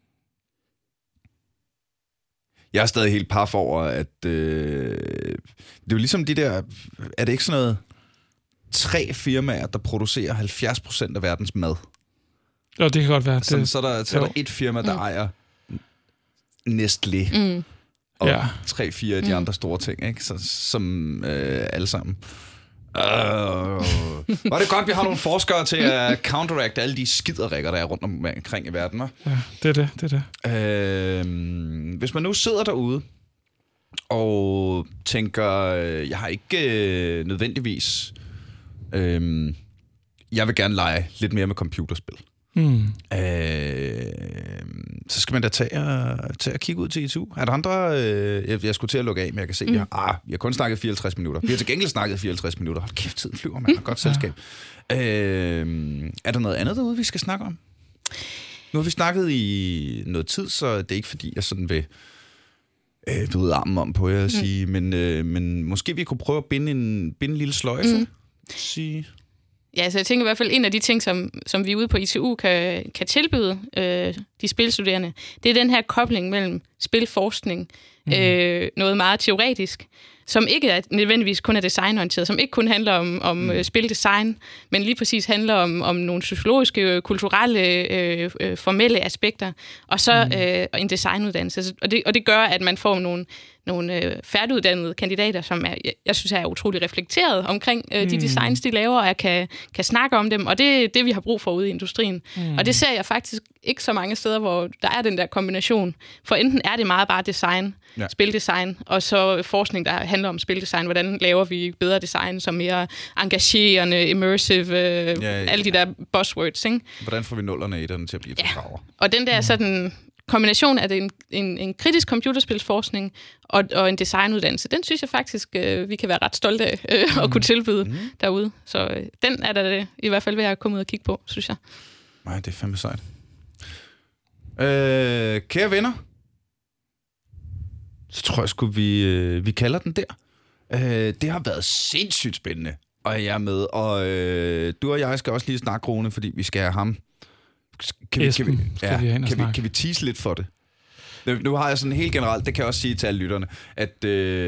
Jeg er stadig helt paf over, at øh, det er jo ligesom de der, er det ikke sådan noget, tre firmaer, der producerer halvfjerds procent af verdens mad? Jo, det kan godt være. Så, det, så, der, så er der et firma, der mm. ejer Nestlé. Mm. Og ja. tre, fire af de mm. andre store ting, ikke? Så, som øh, alle sammen. Øh, var det godt, vi har nogle forskere til at counteract alle de skiderikker, der er rundt omkring i verden, hva'? Ja, det er det, det er det. Øh, hvis man nu sidder derude og tænker, jeg har ikke øh, nødvendigvis... Øh, jeg vil gerne lege lidt mere med computerspil. Mm. Øh, så skal man da tage og, tage og kigge ud til I to. Er der andre... Øh, jeg, jeg skulle til at lukke af, men jeg kan se, mm. vi, har, ah, vi har kun snakket fireoghalvtreds minutter. Vi har til gengæld snakket fireoghalvtreds minutter. Hold kæft, tiden flyver, man. Godt selskab. Øh, er der noget andet derude, vi skal snakke om? Nu har vi snakket i noget tid, så det er ikke fordi, jeg sådan vil øh, ved armen om på, jeg mm. sige. Men, øh, men måske vi kunne prøve at binde en, binde en lille sløjfe. Mm. Sige... Ja, så jeg tænker i hvert fald, en af de ting, som, som vi ude på I T U kan, kan tilbyde øh, de spilstuderende, det er den her kobling mellem spilforskning, mm. øh, noget meget teoretisk, som ikke er nødvendigvis kun er designorienteret, som ikke kun handler om, om mm. spildesign, men lige præcis handler om, om nogle sociologiske, kulturelle, øh, øh, formelle aspekter, og så mm. øh, en designuddannelse. Og det, og det gør, at man får nogle, nogle øh, færdiguddannede kandidater, som er, jeg, jeg synes er utrolig reflekteret omkring øh, de mm. designs, de laver, og jeg kan, kan snakke om dem, og det er det, vi har brug for ude i industrien. Mm. Og det ser jeg faktisk ikke så mange steder, hvor der er den der kombination. For enten er det meget bare design, ja. spildesign, og så forskning, der handler om spildesign. Hvordan laver vi bedre design, som mere engagerende, immersive, øh, ja, ja, ja. alle de der buzzwords, ikke? Hvordan får vi nullerne og etterne til at blive til kraver? Ja. Og den der sådan kombination af en, en, en kritisk computerspilsforskning og, og en designuddannelse, den synes jeg faktisk, øh, vi kan være ret stolte af øh, mm. at kunne tilbyde mm. derude. Så øh, den er der i hvert fald ved at komme ud og kigge på, synes jeg. Nej, det er fandme sejt. Øh, kære venner, så tror jeg sgu, vi, øh, vi kalder den der. Øh, det har været sindssygt spændende, og jeg er med. Og øh, du og jeg skal også lige snakke, Rune, fordi vi skal have ham. Kan vi, Esben, kan vi, skal ja, vi hen og kan, vi, snakke. kan vi tease lidt for det? Nu har jeg sådan helt generelt, det kan jeg også sige til alle lytterne, at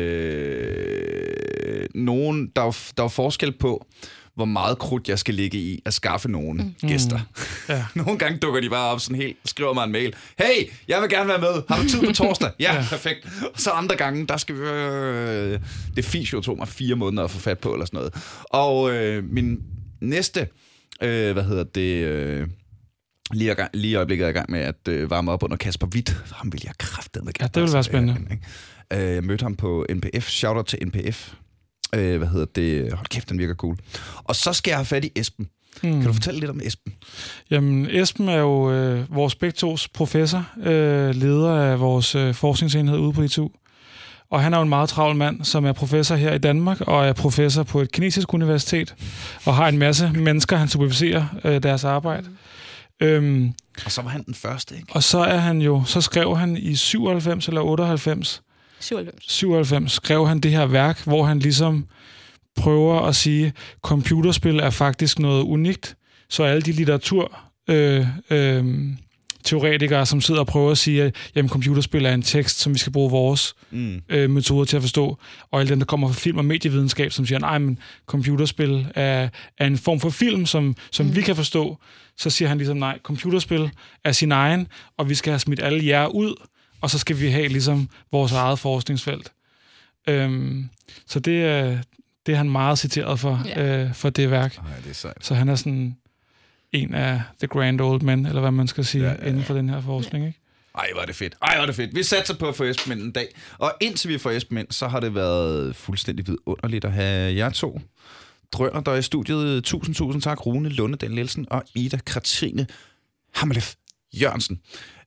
øh, nogen, der, er, der er forskel på, hvor meget krudt jeg skal ligge i at skaffe nogle mm. gæster. Mm. Ja. Nogle gange dukker de bare op sådan helt, skriver mig en mail. Hey, jeg vil gerne være med. Har du tid på torsdag? Ja, ja. Perfekt. Og så andre gange, der skal vi... Øh, det fisio tog mig fire måneder at få fat på, eller sådan noget. Og øh, min næste, øh, hvad hedder det... Øh, Lige, gang, lige i øjeblikket er jeg i gang med at øh, varme op under Kasper Witt. Ham vil jeg kraftedeme. Ja, det vil være spændende. Øh, jeg mødte ham på N P F. Shoutout til N P F. Øh, hvad hedder det? Hold kæft, den virker cool. Og så skal jeg have fat i Esben. Hmm. Kan du fortælle lidt om Esben? Jamen, Esben er jo øh, vores begge tos professor, øh, leder af vores øh, forskningsenhed ude på I T U. Og han er jo en meget travl mand, som er professor her i Danmark, og er professor på et kinesisk universitet, og har en masse mennesker, han superviserer øh, deres arbejde. Øhm, og så var han den første, ikke? Og så er han jo, så skrev han i syvoghalvfems eller otteoghalvfems, syvoghalvfems. syvoghalvfems skrev han det her værk, hvor han ligesom prøver at sige, computerspil er faktisk noget unikt, så alle de litteratur øh, øh, teoretikere, som sidder og prøver at sige, at jamen, computerspil er en tekst, som vi skal bruge vores mm. øh, metoder til at forstå, og alle dem, der kommer fra film- og medievidenskab, som siger, nej, men computerspil er, er en form for film, som, som mm. vi kan forstå, så siger han ligesom, nej, computerspil er sin egen, og vi skal have smidt alle jer ud, og så skal vi have ligesom vores eget forskningsfelt. Øhm, så det er, det er han meget citeret for, ja. øh, for det værk. Ej, det er sejt. Så han er sådan en af the grand old men, eller hvad man skal sige, ja, ja, ja. inden for den her forskning, ikke? Ej, hvor er det fedt. Ej, hvor er det fedt. Vi satser på at få Esben ind en dag. Og indtil vi får Esben ind, så har det været fuldstændig vidunderligt at have jer to drønner, der er i studiet. Tusind, tusind tak, Rune Lundedal Nielsen og Ida Katrine Hammerlef Jørgensen.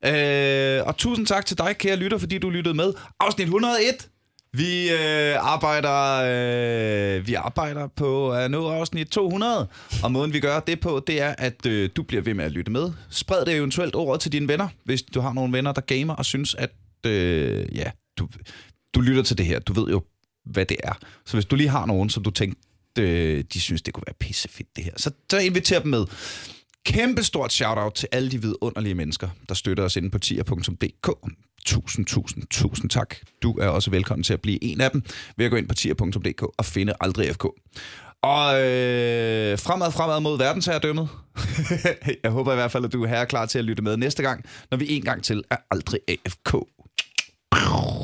Øh, og tusind tak til dig, kære lytter, fordi du lyttede med. Afsnit et hundrede og et. Vi øh, arbejder øh, vi arbejder på at nå afsnit to hundrede, og måden vi gør det på, det er, at øh, du bliver ved med at lytte med. Spred det eventuelt ordet til dine venner, hvis du har nogle venner, der gamer og synes, at øh, ja, du, du lytter til det her. Du ved jo, hvad det er. Så hvis du lige har nogen, som du tænkte, øh, de synes, det kunne være pissefedt det her, så, så inviter dem med. Kæmpe stort shout-out til alle de vidunderlige mennesker, der støtter os inde på tier punktum d k. Tusind, tusind, tusind tak. Du er også velkommen til at blive en af dem ved at gå ind på tier punktum d k og finde Aldrig F K. Og øh, fremad, fremad mod verdensherredømmet. Jeg håber i hvert fald, at du er her klar til at lytte med næste gang, når vi en gang til er Aldrig A F K.